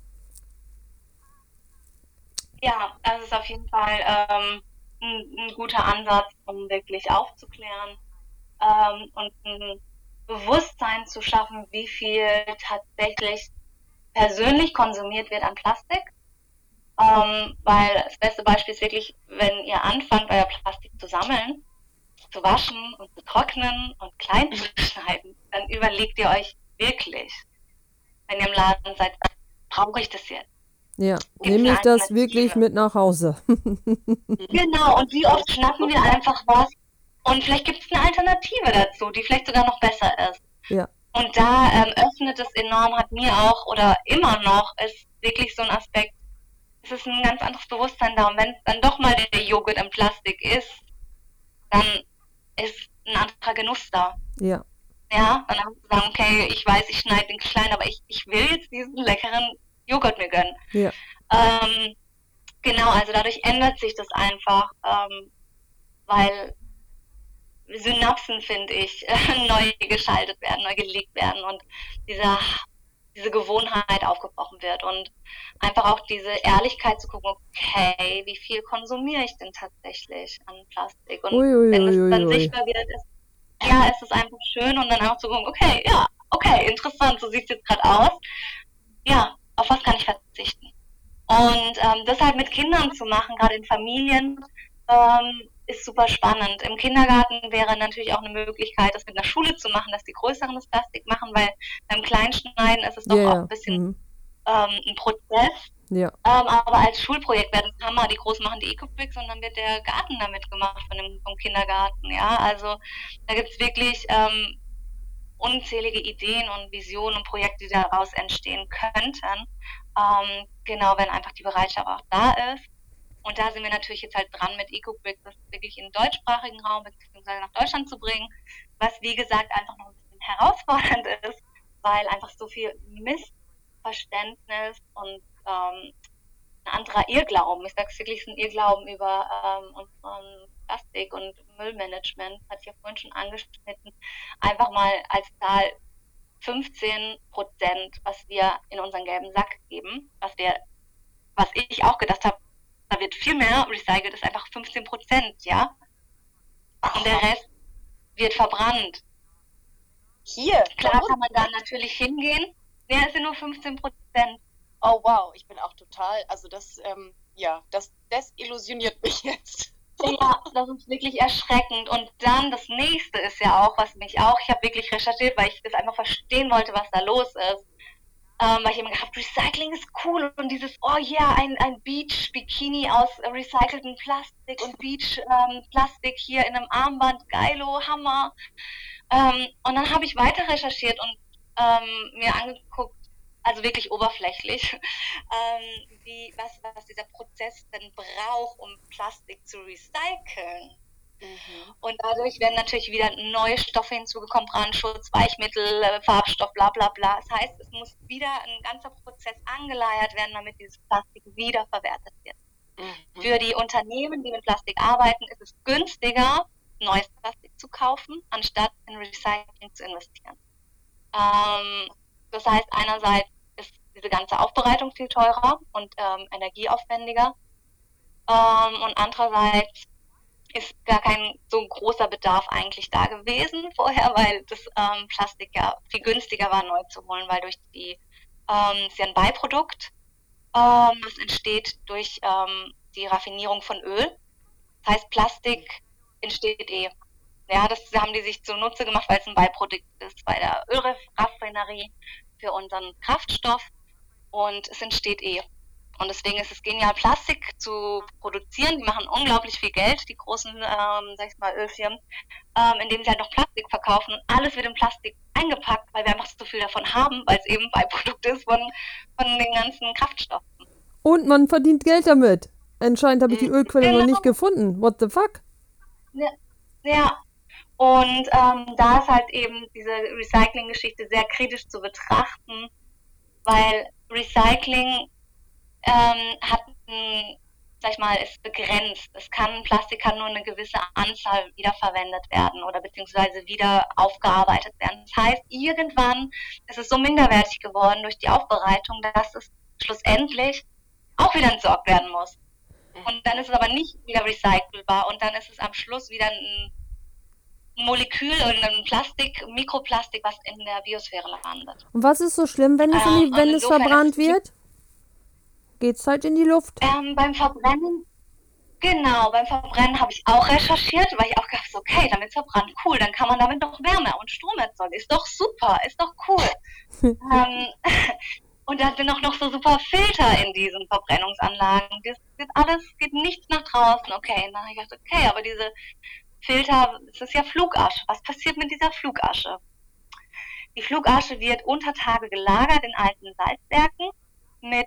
Ja, das ist auf jeden Fall ein guter Ansatz, um wirklich aufzuklären und ein Bewusstsein zu schaffen, wie viel tatsächlich persönlich konsumiert wird an Plastik. Weil das beste Beispiel ist wirklich, wenn ihr anfangt, euer Plastik zu sammeln, zu waschen und zu trocknen und klein zu schneiden, dann überlegt ihr euch wirklich, wenn ihr im Laden seid, brauche ich das jetzt?
Ja,
Gibt's
nehme
eine
ich das
Alternative?
wirklich mit nach Hause?
Genau, und wie oft schnappen wir einfach was und vielleicht gibt es eine Alternative dazu, die vielleicht sogar noch besser ist.
Ja,
Und da öffnet es enorm, hat mir auch oder immer noch, ist wirklich so ein Aspekt, es ist ein ganz anderes Bewusstsein da. Und wenn dann doch mal der Joghurt in Plastik ist, dann ist ein anderer Genuss da.
ja,
Ja, dann haben sie sagen, okay, ich weiß, ich schneide den klein, aber ich will jetzt diesen leckeren Joghurt mir gönnen.
ja,
Genau, also dadurch ändert sich das einfach, weil Synapsen, finde ich, neu geschaltet werden, neu gelegt werden und diese Gewohnheit aufgebrochen wird und einfach auch diese Ehrlichkeit zu gucken, okay, wie viel konsumiere ich denn tatsächlich an Plastik? Und wenn es dann
Uiuiuiui.
sichtbar wird, ist es einfach schön und dann auch zu gucken, okay, ja, okay, interessant, so sieht es jetzt gerade aus. Ja, auf was kann ich verzichten? Und das halt mit Kindern zu machen, gerade in Familien, ist super spannend. Im Kindergarten wäre natürlich auch eine Möglichkeit, das mit einer Schule zu machen, dass die Größeren das Plastik machen, weil beim Kleinschneiden ist es doch auch ein bisschen ein Prozess.
Ja,
Aber als Schulprojekt wäre das Hammer. Die Großen machen die Eco-Bricks und dann wird der Garten damit gemacht vom Kindergarten. Ja, also da gibt es wirklich unzählige Ideen und Visionen und Projekte, die daraus entstehen könnten. Genau, wenn einfach die Bereitschaft auch da ist. Und da sind wir natürlich jetzt halt dran mit EcoBricks, das wirklich in den deutschsprachigen Raum bzw. nach Deutschland zu bringen, was wie gesagt einfach noch ein bisschen herausfordernd ist, weil einfach so viel Missverständnis und ein anderer Irrglauben, ich sage es wirklich, ein Irrglauben über unseren Plastik- und Müllmanagement, hatte ich ja vorhin schon angeschnitten, einfach mal als Zahl 15%, was wir in unseren gelben Sack geben, was ich auch gedacht habe, da wird viel mehr recycelt, ist einfach 15%, ja. Und der Rest wird verbrannt.
Hier.
Klar kann man da natürlich hingehen, ja, es sind nur 15%.
Oh wow, ich bin auch total, also das desillusioniert mich jetzt.
Ja, das ist wirklich erschreckend. Und dann das nächste ist ja auch, ich habe wirklich recherchiert, weil ich das einfach verstehen wollte, was da los ist. Weil ich immer gedacht habe, Recycling ist cool und dieses, oh ja, ein Beach-Bikini aus recyceltem Plastik und Beach-Plastik hier in einem Armband, geilo, Hammer. Und dann habe ich weiter recherchiert und mir angeguckt, also wirklich oberflächlich, was dieser Prozess denn braucht, um Plastik zu recyceln. Und dadurch werden natürlich wieder neue Stoffe hinzugekommen, Brandschutz, Weichmittel, Farbstoff, bla bla bla. Das heißt, es muss wieder ein ganzer Prozess angeleiert werden, damit dieses Plastik wiederverwertet wird. Für die Unternehmen, die mit Plastik arbeiten, ist es günstiger, neues Plastik zu kaufen, anstatt in Recycling zu investieren. Das heißt, einerseits ist diese ganze Aufbereitung viel teurer und energieaufwendiger, und andererseits ist gar kein so großer Bedarf eigentlich da gewesen vorher, weil das Plastik ja viel günstiger war, neu zu holen, weil durch die, ist ja ein Beiprodukt, das entsteht durch die Raffinierung von Öl. Das heißt, Plastik entsteht eh. Ja, das haben die sich zunutze gemacht, weil es ein Beiprodukt ist bei der Ölraffinerie für unseren Kraftstoff und es entsteht eh. Und deswegen ist es genial, Plastik zu produzieren. Die machen unglaublich viel Geld, die großen, sag ich mal, Ölfirmen, indem sie halt noch Plastik verkaufen. Und alles wird in Plastik eingepackt, weil wir einfach so viel davon haben, weil es eben ein Beiprodukt ist von den ganzen Kraftstoffen.
Und man verdient Geld damit. Anscheinend habe ich die Ölquelle noch nicht gefunden. What the fuck?
Ja. Und da ist halt eben diese Recycling-Geschichte sehr kritisch zu betrachten, weil Recycling hat sag ich mal, ist begrenzt. Plastik kann nur eine gewisse Anzahl wiederverwendet werden oder beziehungsweise wieder aufgearbeitet werden. Das heißt, irgendwann ist es so minderwertig geworden durch die Aufbereitung, dass es schlussendlich auch wieder entsorgt werden muss. Und dann ist es aber nicht wieder recycelbar und dann ist es am Schluss wieder ein Molekül oder ein Plastik, Mikroplastik, was in der Biosphäre landet.
Und was ist so schlimm, wenn es verbrannt wird? Geht's halt in die Luft?
Beim Verbrennen habe ich auch recherchiert, weil ich auch gedacht habe, okay, damit verbrannt, cool, dann kann man damit noch Wärme und Strom erzeugen. Ist doch super, ist doch cool. Und da sind auch noch so super Filter in diesen Verbrennungsanlagen. Geht nichts nach draußen. Okay, dann habe ich gedacht, okay, aber diese Filter, das ist ja Flugasche. Was passiert mit dieser Flugasche? Die Flugasche wird unter Tage gelagert in alten Salzwerken mit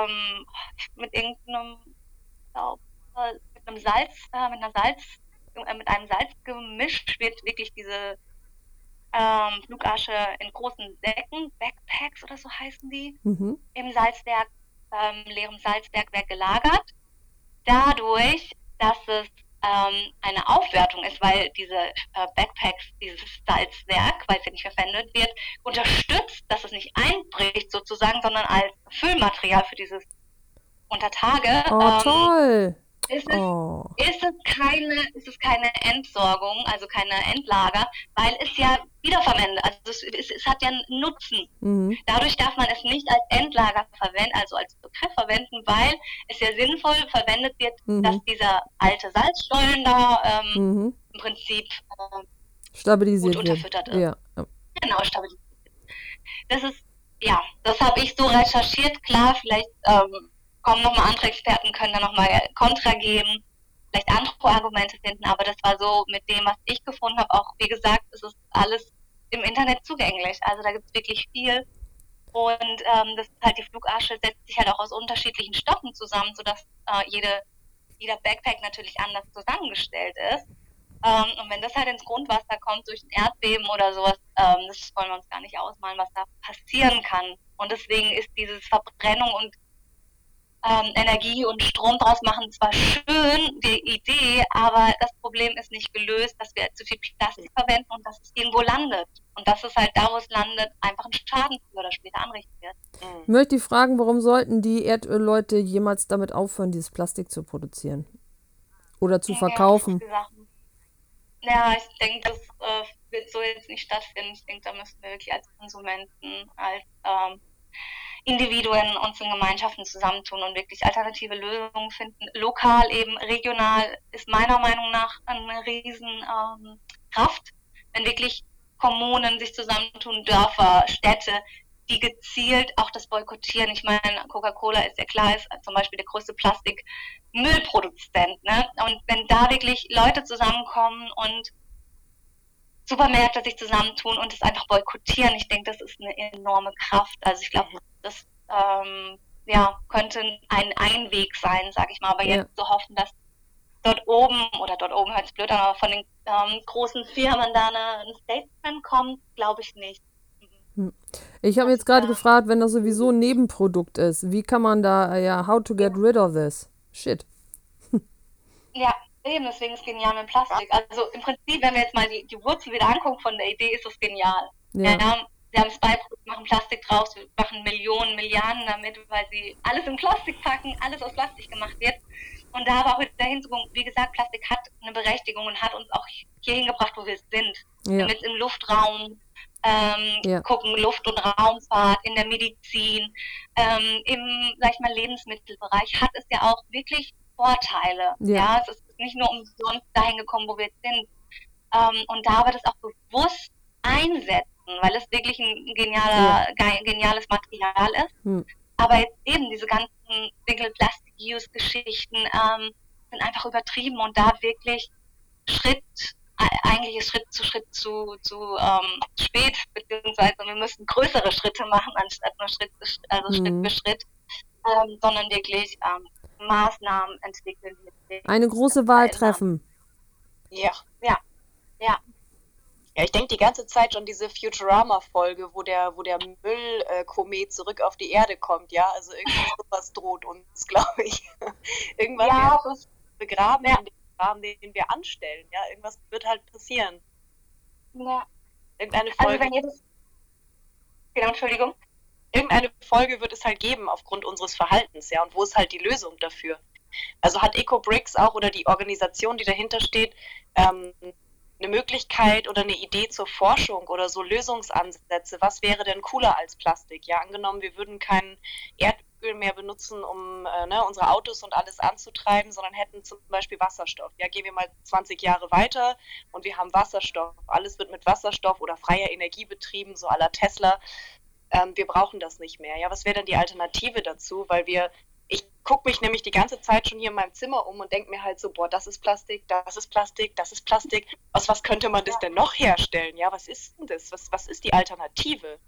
einem Salzgemisch wird wirklich diese Flugasche in großen Säcken, Backpacks oder so heißen die, im Salzwerk, leerem Salzbergwerk gelagert. Dadurch, dass es eine Aufwertung ist, weil diese Backpacks, dieses Salzwerk, weil es ja nicht verwendet wird, unterstützt, dass es nicht einbricht sozusagen, sondern als Füllmaterial für dieses Untertage.
Toll!
Ist es keine Entsorgung, also keine Endlager, weil es ja wiederverwendet, also es hat ja einen Nutzen. Dadurch darf man es nicht als Endlager verwenden, also als Begriff verwenden, weil es ja sinnvoll verwendet wird, dass dieser alte Salzstollen da im Prinzip
stabilisiert
gut unterfüttert ist.
Ja.
Genau, stabilisiert. Das habe ich so recherchiert, klar, vielleicht kommen nochmal andere Experten, können da nochmal Kontra geben, vielleicht andere Argumente finden, aber das war so mit dem, was ich gefunden habe. Auch, wie gesagt, es ist alles im Internet zugänglich, also da gibt es wirklich viel. Und das ist halt, die Flugasche setzt sich halt auch aus unterschiedlichen Stoffen zusammen, sodass jeder Backpack natürlich anders zusammengestellt ist. Und wenn das halt ins Grundwasser kommt durch ein Erdbeben oder sowas, das wollen wir uns gar nicht ausmalen, was da passieren kann. Und deswegen ist dieses Verbrennung und Energie und Strom draus machen zwar schön, die Idee, aber das Problem ist nicht gelöst, dass wir zu viel Plastik verwenden und dass es irgendwo landet. Und dass es halt da, wo es landet, einfach einen Schaden früher oder später anrichten wird.
Ich möchte dich fragen, warum sollten die Erdölleute jemals damit aufhören, dieses Plastik zu produzieren? Oder zu verkaufen?
Ja, ich denke, das wird so jetzt nicht stattfinden. Ich denke, da müssen wir wirklich als Konsumenten, als Individuen uns in Gemeinschaften zusammentun und wirklich alternative Lösungen finden. Lokal, eben regional ist meiner Meinung nach eine riesen Kraft, wenn wirklich Kommunen sich zusammentun, Dörfer, Städte, die gezielt auch das boykottieren. Ich meine, Coca-Cola ist ja klar, ist zum Beispiel der größte Plastikmüllproduzent, ne? Und wenn da wirklich Leute zusammenkommen und Supermärkte sich zusammentun und es einfach boykottieren, ich denke, das ist eine enorme Kraft. Also ich glaube, das könnte ein Weg sein, sage ich mal. Aber jetzt zu hoffen, dass dort oben hört es blöd an, aber von den großen Firmen da ein Statement kommt, glaube ich nicht.
Ich habe jetzt gerade gefragt, wenn das sowieso ein Nebenprodukt ist, wie kann man da, how to get rid of this? Shit.
Eben, deswegen ist genial mit Plastik. Also im Prinzip, wenn wir jetzt mal die Wurzel wieder angucken von der Idee, ist es genial.
Ja.
Sie haben Spyprodukt, machen Plastik draus, machen Millionen, Milliarden damit, weil sie alles in Plastik packen, alles aus Plastik gemacht wird. Und da aber auch wieder hinzugucken, wie gesagt, Plastik hat eine Berechtigung und hat uns auch hierhin gebracht, wo wir sind.
Ja.
Wenn wir jetzt im Luftraum
Ja.
gucken, Luft- und Raumfahrt, in der Medizin, im, sag ich mal, Lebensmittelbereich, hat es ja auch wirklich Vorteile.
Ja.
Es ist nicht nur umsonst dahin gekommen, wo wir jetzt sind. Und da aber das auch bewusst einsetzen, weil es wirklich ein geniales Material ist. Aber jetzt eben diese ganzen Single-Plastic-Use-Geschichten sind einfach übertrieben und da wirklich eigentlich ist Schritt zu spät, beziehungsweise wir müssten größere Schritte machen, anstatt nur Schritt für Schritt, sondern wirklich Maßnahmen entwickeln.
Eine große Wahl treffen.
Ja.
Ja,
ich denke die ganze Zeit schon diese Futurama-Folge, wo der Müllkomet zurück auf die Erde kommt, ja, also irgendwas sowas droht uns, glaube ich. Irgendwann werden wir uns begraben in dem Rahmen, den wir anstellen, ja, irgendwas wird halt passieren.
Ja.
Irgendeine Folge.
Also wenn ihr das... Genau, Entschuldigung.
Irgendeine Folge wird es halt geben aufgrund unseres Verhaltens, ja, und wo ist halt die Lösung dafür? Also hat EcoBricks auch oder die Organisation, die dahinter steht, eine Möglichkeit oder eine Idee zur Forschung oder so Lösungsansätze? Was wäre denn cooler als Plastik? Ja, angenommen, wir würden kein Erdöl mehr benutzen, um unsere Autos und alles anzutreiben, sondern hätten zum Beispiel Wasserstoff. Ja, gehen wir mal 20 Jahre weiter und wir haben Wasserstoff. Alles wird mit Wasserstoff oder freier Energie betrieben, so à la Tesla. Wir brauchen das nicht mehr. Ja, was wäre denn die Alternative dazu? Weil ich gucke mich nämlich die ganze Zeit schon hier in meinem Zimmer um und denke mir halt so, boah, das ist Plastik, das ist Plastik, das ist Plastik. Aus was könnte man das denn noch herstellen? Ja, was ist denn das? Was ist die Alternative?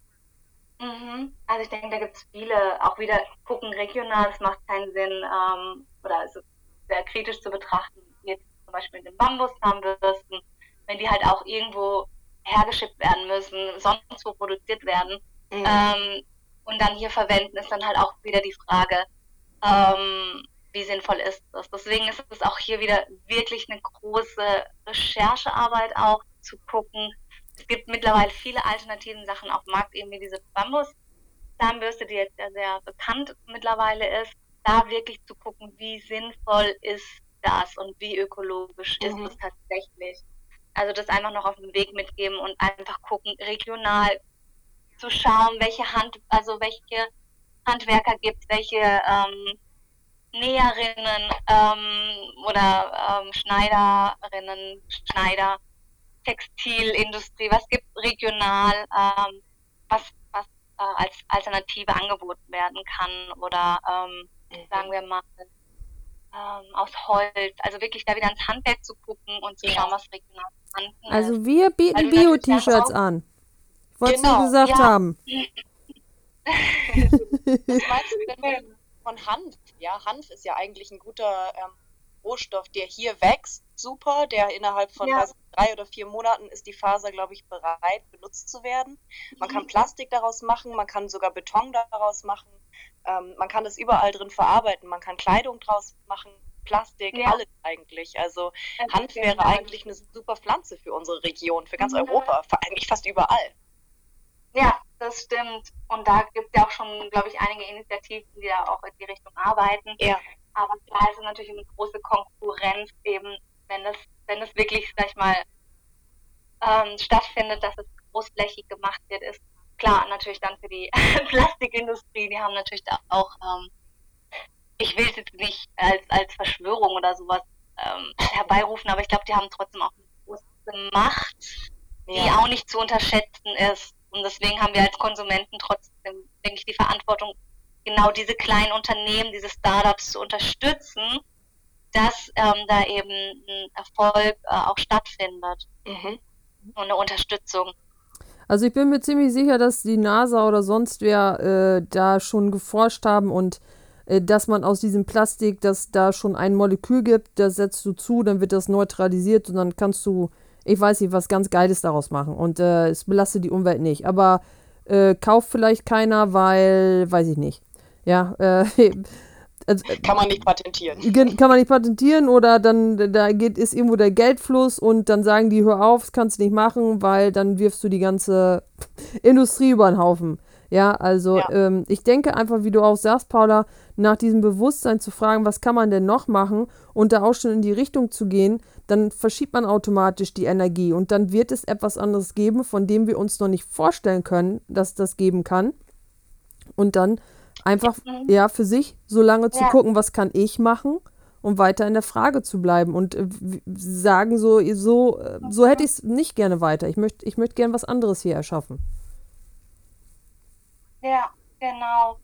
Also ich denke, da gibt es viele, auch wieder gucken regional, es macht keinen Sinn, oder es ist sehr kritisch zu betrachten, jetzt zum Beispiel mit den Bambuszahnbürsten, wenn die halt auch irgendwo hergeschippt werden müssen, sonst wo produziert werden, und dann hier verwenden, ist dann halt auch wieder die Frage, wie sinnvoll ist das. Deswegen ist es auch hier wieder wirklich eine große Recherchearbeit auch zu gucken. Es gibt mittlerweile viele alternativen Sachen auf dem Markt, eben wie diese Bambuszahnbürste, die jetzt ja sehr bekannt mittlerweile ist, da wirklich zu gucken, wie sinnvoll ist das und wie ökologisch ist es tatsächlich. Also das einfach noch auf den Weg mitgeben und einfach gucken, regional zu schauen, welche Handwerker gibt es, welche Näherinnen oder Schneiderinnen, Schneider, Textilindustrie, was gibt regional, was als Alternative angeboten werden kann oder sagen wir mal aus Holz, also wirklich da wieder ins Handwerk zu gucken und zu schauen, was regional vorhanden ist.
Also wir bieten Bio-T-Shirts an. Ich wollte es nur gesagt haben.
Was meinst du denn von Hanf? Ja, Hanf ist ja eigentlich ein guter Rohstoff, der hier wächst, super, der innerhalb von 3 oder 4 Monaten ist die Faser, glaube ich, bereit, benutzt zu werden. Man kann Plastik daraus machen, man kann sogar Beton daraus machen, man kann das überall drin verarbeiten, man kann Kleidung draus machen, Plastik, alles eigentlich. Also Hanf wäre eigentlich eine super Pflanze für unsere Region, für ganz Europa, eigentlich fast überall.
Ja, das stimmt. Und da gibt es ja auch schon, glaube ich, einige Initiativen, die da auch in die Richtung arbeiten.
Ja.
Aber klar ist es natürlich eine große Konkurrenz, eben wenn es wirklich, sag ich mal, stattfindet, dass es großflächig gemacht wird, ist klar natürlich dann für die Plastikindustrie, die haben natürlich da auch, ich will es jetzt nicht als Verschwörung oder sowas herbeirufen, aber ich glaube, die haben trotzdem auch eine große Macht, die auch nicht zu unterschätzen ist. Und deswegen haben wir als Konsumenten trotzdem, denke ich, die Verantwortung, genau diese kleinen Unternehmen, diese Startups zu unterstützen, dass da eben ein Erfolg auch stattfindet. Und eine Unterstützung.
Also ich bin mir ziemlich sicher, dass die NASA oder sonst wer da schon geforscht haben und dass man aus diesem Plastik, dass da schon ein Molekül gibt, das setzt du zu, dann wird das neutralisiert und dann kannst du, ich weiß nicht, was ganz Geiles daraus machen. Und es belastet die Umwelt nicht. Aber kauft vielleicht keiner, weil, weiß ich nicht. Ja, Also,
Kann man nicht patentieren.
kann man nicht patentieren oder dann ist irgendwo der Geldfluss und dann sagen die, hör auf, das kannst du nicht machen, weil dann wirfst du die ganze Industrie über den Haufen. Ja, also
Ja.
ich denke einfach, wie du auch sagst, Paula, nach diesem Bewusstsein zu fragen, was kann man denn noch machen und da auch schon in die Richtung zu gehen, dann verschiebt man automatisch die Energie und dann wird es etwas anderes geben, von dem wir uns noch nicht vorstellen können, dass das geben kann. Und dann einfach, ja, für sich so lange zu
Ja.
gucken, was kann ich machen, um weiter in der Frage zu bleiben und sagen so hätte ich es nicht gerne weiter. Ich möchte gerne was anderes hier erschaffen.
Ja, genau.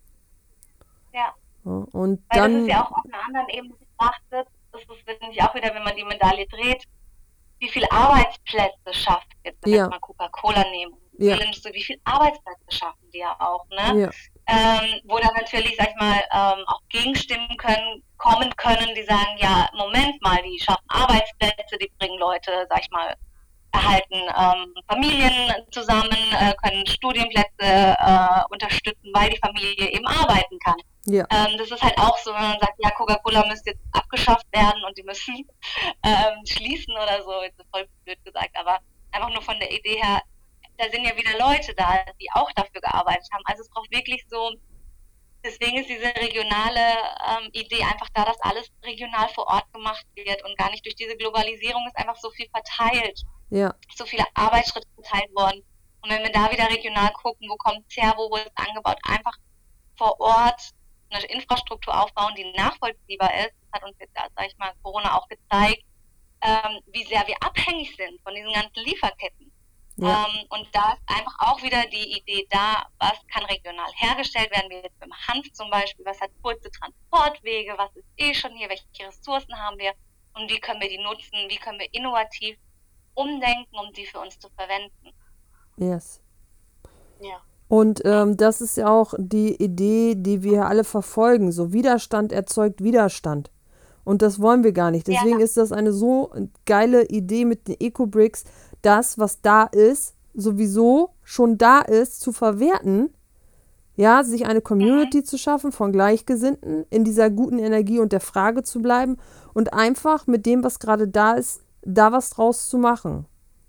Ja.
Ja, und
Weil das
dann,
ist ja auch auf einer anderen Ebene betrachtet. Das ist, finde ich, auch wieder, wenn man die Medaille dreht, wie viele Arbeitsplätze schafft jetzt, wenn
Ja.
wir mal Coca-Cola nehmen.
Ja.
Wie viele Arbeitsplätze schaffen die ja auch, ne?
ja,
Wo dann natürlich, sag ich mal, auch Gegenstimmen kommen können, die sagen, ja, Moment mal, die schaffen Arbeitsplätze, die bringen Leute, sag ich mal, erhalten Familien zusammen, können Studienplätze unterstützen, weil die Familie eben arbeiten kann.
ja,
Das ist halt auch so, wenn man sagt, ja, Coca-Cola müsste jetzt abgeschafft werden und die müssen schließen oder so, jetzt ist voll blöd gesagt, aber einfach nur von der Idee her, da sind ja wieder Leute da, die auch dafür gearbeitet haben. Also es braucht wirklich so, deswegen ist diese regionale Idee einfach da, dass alles regional vor Ort gemacht wird und gar nicht durch diese Globalisierung ist einfach so viel verteilt,
ja,
so viele Arbeitsschritte verteilt worden. Und wenn wir da wieder regional gucken, wo kommt es her, wo wurde es angebaut, einfach vor Ort eine Infrastruktur aufbauen, die nachvollziehbar ist. Das hat uns jetzt, sag ich mal, Corona auch gezeigt, wie sehr wir abhängig sind von diesen ganzen Lieferketten.
ja,
Und da ist einfach auch wieder die Idee da, was kann regional hergestellt werden, wie jetzt beim Hanf zum Beispiel, was hat kurze Transportwege, was ist schon hier, welche Ressourcen haben wir und wie können wir die nutzen, wie können wir innovativ umdenken, um die für uns zu verwenden.
yes.
Ja.
Und das ist ja auch die Idee, die wir alle verfolgen. So Widerstand erzeugt Widerstand. Und das wollen wir gar nicht. Deswegen ist das eine so geile Idee mit den Eco-Bricks, das, was da ist, sowieso schon da ist, zu verwerten. Ja, sich eine Community zu schaffen von Gleichgesinnten, in dieser guten Energie und der Frage zu bleiben und einfach mit dem, was gerade da ist, da was draus zu machen.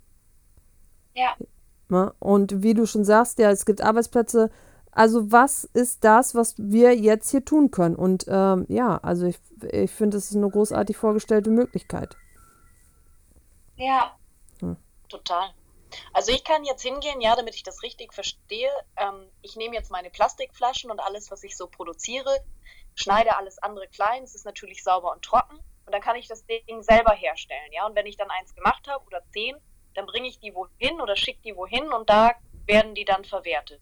Ja.
Ne? Und wie du schon sagst, ja, es gibt Arbeitsplätze. Also was ist das, was wir jetzt hier tun können? Und ja, also ich finde, es ist eine großartig vorgestellte Möglichkeit.
Ja.
Total. Also ich kann jetzt hingehen, ja, damit ich das richtig verstehe. Ich nehme jetzt meine Plastikflaschen und alles, was ich so produziere, schneide alles andere klein. Es ist natürlich sauber und trocken. Und dann kann ich das Ding selber herstellen, ja. Und wenn ich dann eins gemacht habe oder 10, dann bringe ich die wohin oder schicke die wohin und da werden die dann verwertet.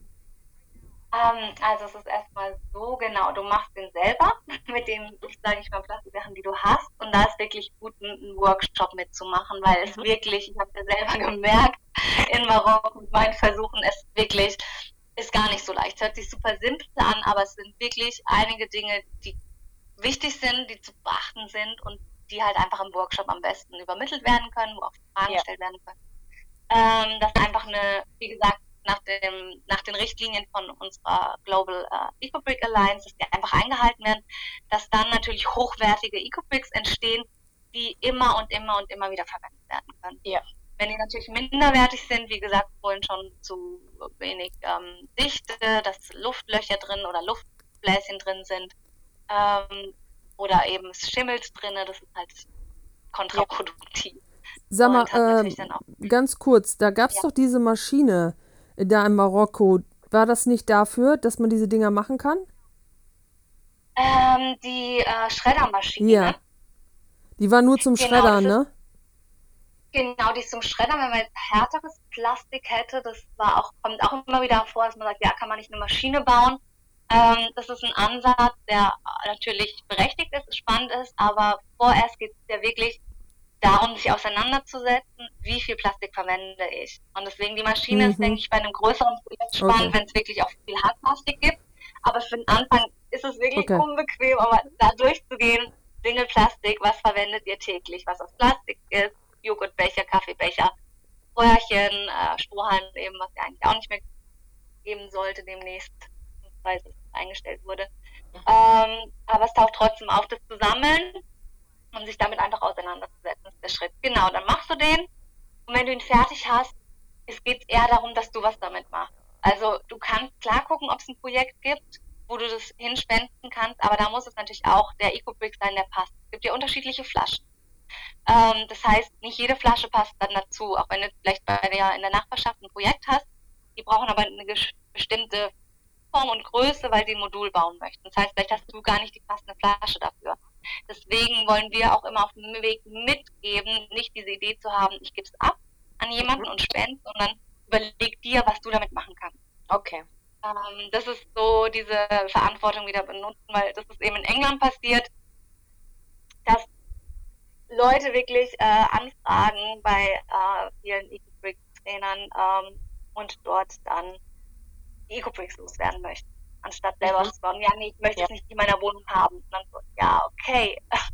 Also es ist erstmal so, genau, du machst den selber mit den, sage ich mal, Plastiksachen, die du hast. Und da ist wirklich gut, einen Workshop mitzumachen, weil es wirklich, ich habe ja selber gemerkt, in Marokko mit meinen Versuchen, es wirklich ist gar nicht so leicht. Es hört sich super simpel an, aber es sind wirklich einige Dinge, die wichtig sind, die zu beachten sind und die halt einfach im Workshop am besten übermittelt werden können, wo auch Fragen gestellt werden können. Das ist einfach eine, wie gesagt, nach den Richtlinien von unserer Global Ecobrick Alliance, dass die einfach eingehalten werden, dass dann natürlich hochwertige Ecobricks entstehen, die immer und immer und immer wieder verwendet werden können.
Ja.
Wenn die natürlich minderwertig sind, wie gesagt, vorhin schon zu wenig Dichte, dass Luftlöcher drin oder Luftbläschen drin sind, oder eben es schimmelt drin, das ist halt kontraproduktiv.
Sag mal, ganz kurz, da gab es doch diese Maschine da in Marokko. War das nicht dafür, dass man diese Dinger machen kann?
Die Schreddermaschine.
Ja. Die war nur zum Schreddern, ne?
Genau, die ist zum Schreddern. Wenn man jetzt härteres Plastik hätte, das kommt auch immer wieder vor, dass man sagt, ja, kann man nicht eine Maschine bauen. Das ist ein Ansatz, der natürlich berechtigt ist, spannend ist, aber vorerst geht es ja wirklich darum, sich auseinanderzusetzen, wie viel Plastik verwende ich. Und deswegen die Maschine ist, denke ich, bei einem größeren Projekt spannend, wenn es wirklich auch viel Hartplastik gibt. Aber für den Anfang ist es wirklich unbequem, aber da durchzugehen, Single-Plastik, was verwendet ihr täglich, was aus Plastik ist, Joghurtbecher, Kaffeebecher, Röhrchen, Strohhalm eben, was ja eigentlich auch nicht mehr geben sollte demnächst, weil es eingestellt wurde. Aber es taucht trotzdem auf, das zu sammeln und sich damit einfach auseinanderzusetzen, ist der Schritt. Genau, dann machst du den und wenn du ihn fertig hast, geht es eher darum, dass du was damit machst. Also du kannst klar gucken, ob es ein Projekt gibt, wo du das hinspenden kannst, aber da muss es natürlich auch der Eco-Brick sein, der passt. Es gibt ja unterschiedliche Flaschen. Das heißt, nicht jede Flasche passt dann dazu, auch wenn du vielleicht bei dir in der Nachbarschaft ein Projekt hast. Die brauchen aber eine bestimmte Form und Größe, weil sie ein Modul bauen möchten. Das heißt, vielleicht hast du gar nicht die passende Flasche dafür. Deswegen wollen wir auch immer auf dem Weg mitgeben, nicht diese Idee zu haben, ich gebe es ab an jemanden und spende, sondern überleg dir, was du damit machen kannst.
Okay.
Das ist so diese Verantwortung wieder benutzen, weil das ist eben in England passiert, dass Leute wirklich anfragen bei vielen Eco-Brick-Trainern und dort dann die Eco-Bricks loswerden möchten, anstatt selber zu sagen, ja, nee, ich möchte es nicht in meiner Wohnung haben. Und dann so, ja, okay.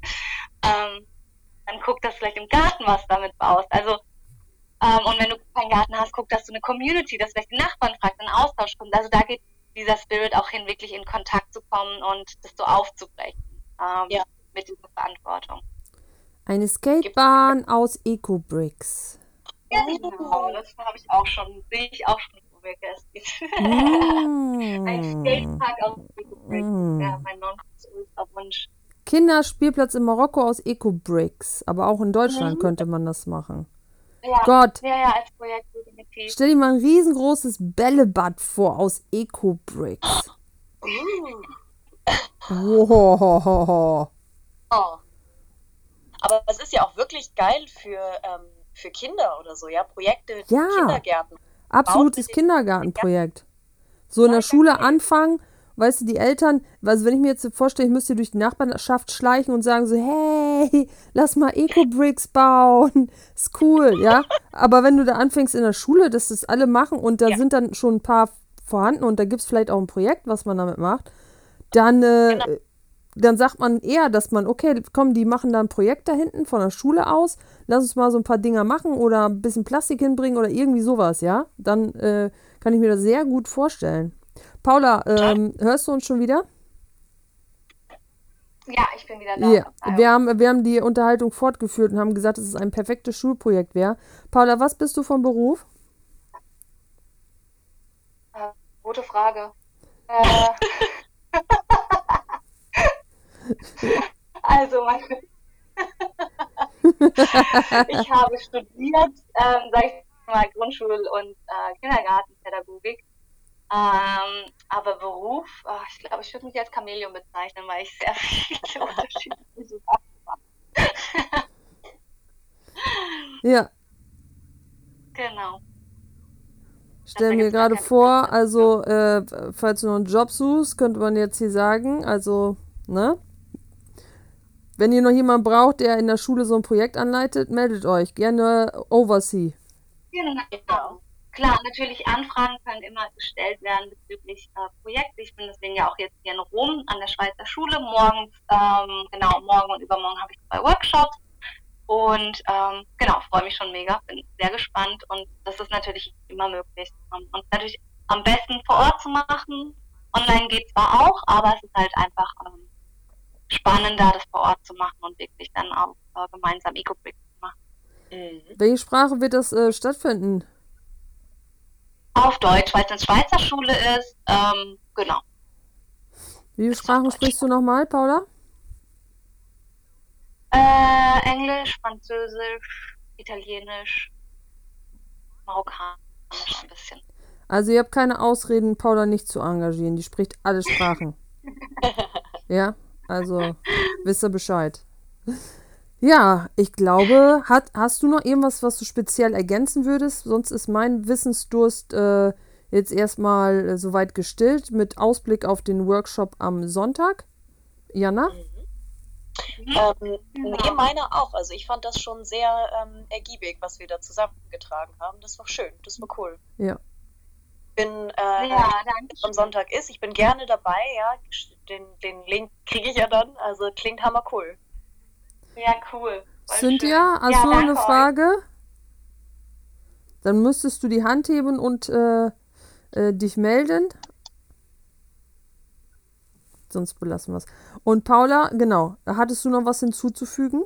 Dann guck, dass du vielleicht im Garten was damit baust. Also, und wenn du keinen Garten hast, guck, dass du eine Community, dass vielleicht die Nachbarn fragst, in Austausch kommt. Also da geht dieser Spirit auch hin, wirklich in Kontakt zu kommen und das so aufzubrechen mit dieser Verantwortung.
Eine Skatebahn aus Eco-Bricks.
Ja, genau, das habe ich auch schon, sehe ich auch schon vor mir, Ein Skatepark aus Eco-Bricks, ja, mein Non-Wunsch.
Kinderspielplatz in Marokko aus Eco-Bricks. Aber auch in Deutschland könnte man das machen.
Ja,
Gott.
Ja, als Projekt definitiv.
Stell dir mal ein riesengroßes Bällebad vor aus Eco-Bricks. Wow.
Oh. Aber es ist ja auch wirklich geil für Kinder oder so, ja, Projekte,
Ja,
Kindergärten.
Absolutes Kindergartenprojekt. So in der Schule anfangen, weißt du, die Eltern, also wenn ich mir jetzt vorstelle, ich müsste durch die Nachbarschaft schleichen und sagen so, hey, lass mal Eco-Bricks bauen, ist cool, ja. Aber wenn du da anfängst in der Schule, dass das alle machen und da sind dann schon ein paar vorhanden und da gibt es vielleicht auch ein Projekt, was man damit macht, dann sagt man eher, dass man, okay, komm, die machen da ein Projekt da hinten von der Schule aus, lass uns mal so ein paar Dinger machen oder ein bisschen Plastik hinbringen oder irgendwie sowas, ja. Dann kann ich mir das sehr gut vorstellen. Paula, hörst du uns schon wieder?
Ja, ich bin wieder da.
Ja, wir haben die Unterhaltung fortgeführt und haben gesagt, dass es ein perfektes Schulprojekt wäre. Paula, was bist du vom Beruf?
Gute Frage. Also, ich habe studiert, sag ich mal, Grundschul- und Kindergartenpädagogik. Aber Beruf, ich glaube, ich würde mich als Chamäleon bezeichnen, weil ich sehr viele unterschiedliche Sachen mache.
Ja.
Genau.
Stell mir gerade vor, also, falls du noch einen Job suchst, könnte man jetzt hier sagen, also, ne? Wenn ihr noch jemanden braucht, der in der Schule so ein Projekt anleitet, meldet euch. Gerne Oversea.
Genau. Klar, natürlich Anfragen können immer gestellt werden bezüglich Projekte. Ich bin deswegen ja auch jetzt hier in Rom an der Schweizer Schule. Morgen und übermorgen habe ich 2 Workshops. Und freue mich schon mega, bin sehr gespannt. Und das ist natürlich immer möglich. Und natürlich am besten vor Ort zu machen. Online geht zwar auch, aber es ist halt einfach spannender, das vor Ort zu machen und wirklich dann auch gemeinsam Eco-Bricks zu machen.
Welche Sprache wird das stattfinden?
Auf Deutsch, weil es eine Schweizer Schule ist. Genau.
Wie viele Sprachen sprichst du nochmal, Paula?
Englisch, Französisch, Italienisch, Marokkanisch ein bisschen.
Also ihr habt keine Ausreden, Paula nicht zu engagieren. Die spricht alle Sprachen. Ja, also wisst ihr Bescheid. Ja, ich glaube, hast du noch irgendwas, was du speziell ergänzen würdest? Sonst ist mein Wissensdurst jetzt erstmal soweit gestillt mit Ausblick auf den Workshop am Sonntag. Jana?
Nee, meine auch. Also ich fand das schon sehr ergiebig, was wir da zusammengetragen haben. Das war schön, das war cool.
Ja.
Am Sonntag ist. Ich bin gerne dabei, ja. Den Link kriege ich ja dann. Also klingt hammer cool.
Ja, cool.
Cynthia, hast du eine Frage? Dann müsstest du die Hand heben und dich melden. sonst belassen wir es. Und Paula, genau, hattest du noch was hinzuzufügen?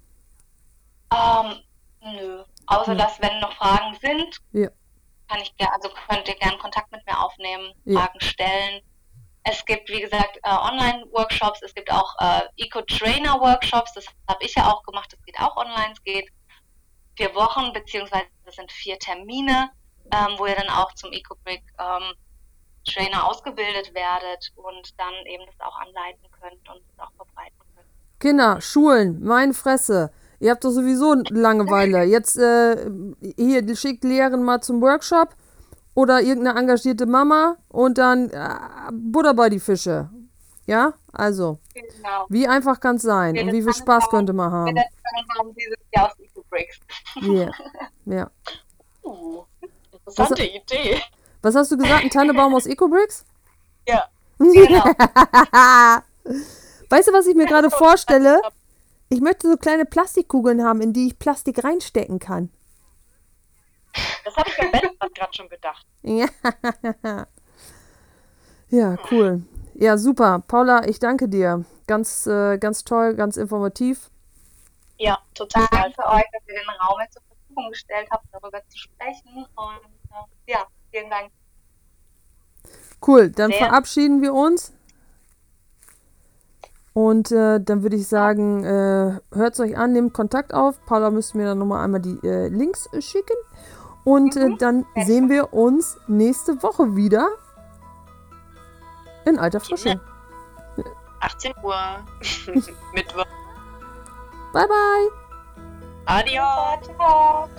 Nö. Außer dass, wenn noch Fragen sind,
Ja.
könnt ihr gerne Kontakt mit mir aufnehmen,
Ja.
Fragen stellen. Es gibt, wie gesagt, Online-Workshops, es gibt auch Eco-Trainer-Workshops, das habe ich ja auch gemacht, das geht auch online, es geht 4 Wochen, beziehungsweise das sind 4 Termine, wo ihr dann auch zum EcoBrick Trainer ausgebildet werdet und dann eben das auch anleiten könnt und das auch verbreiten könnt.
Kinder, Schulen, meine Fresse. Ihr habt doch sowieso Langeweile. Jetzt hier, schickt Lehren mal zum Workshop oder irgendeine engagierte Mama und dann Butter bei die Fische. Ja, also,
Genau.
wie einfach kann es sein und wie viel Spaß könnte man haben.
Wir haben dieses Jahr aus EcoBricks.
Yeah. Ja.
Interessante Idee.
Was hast du gesagt? Ein Tannebaum aus EcoBricks?
Ja.
Genau.
Weißt du, was ich mir gerade vorstelle? Ich möchte so kleine Plastikkugeln haben, in die ich Plastik reinstecken kann.
Das habe ich beim Bällebad gerade schon gedacht.
Ja. Ja, cool. Ja, super. Paula, ich danke dir. Ganz toll, ganz informativ.
Ja, total.
Danke für euch, dass ihr den Raum jetzt zur Verfügung gestellt habt, darüber zu sprechen. Und ja, vielen Dank.
Cool, dann
Sehr.
verabschieden wir uns. Und dann würde ich sagen, hört es euch an, nehmt Kontakt auf. Paula müsste mir dann nochmal einmal die Links schicken. Und dann sehen wir uns nächste Woche wieder in alter Frische.
18 Uhr. Mittwoch.
Bye, bye.
Adios.
Ciao.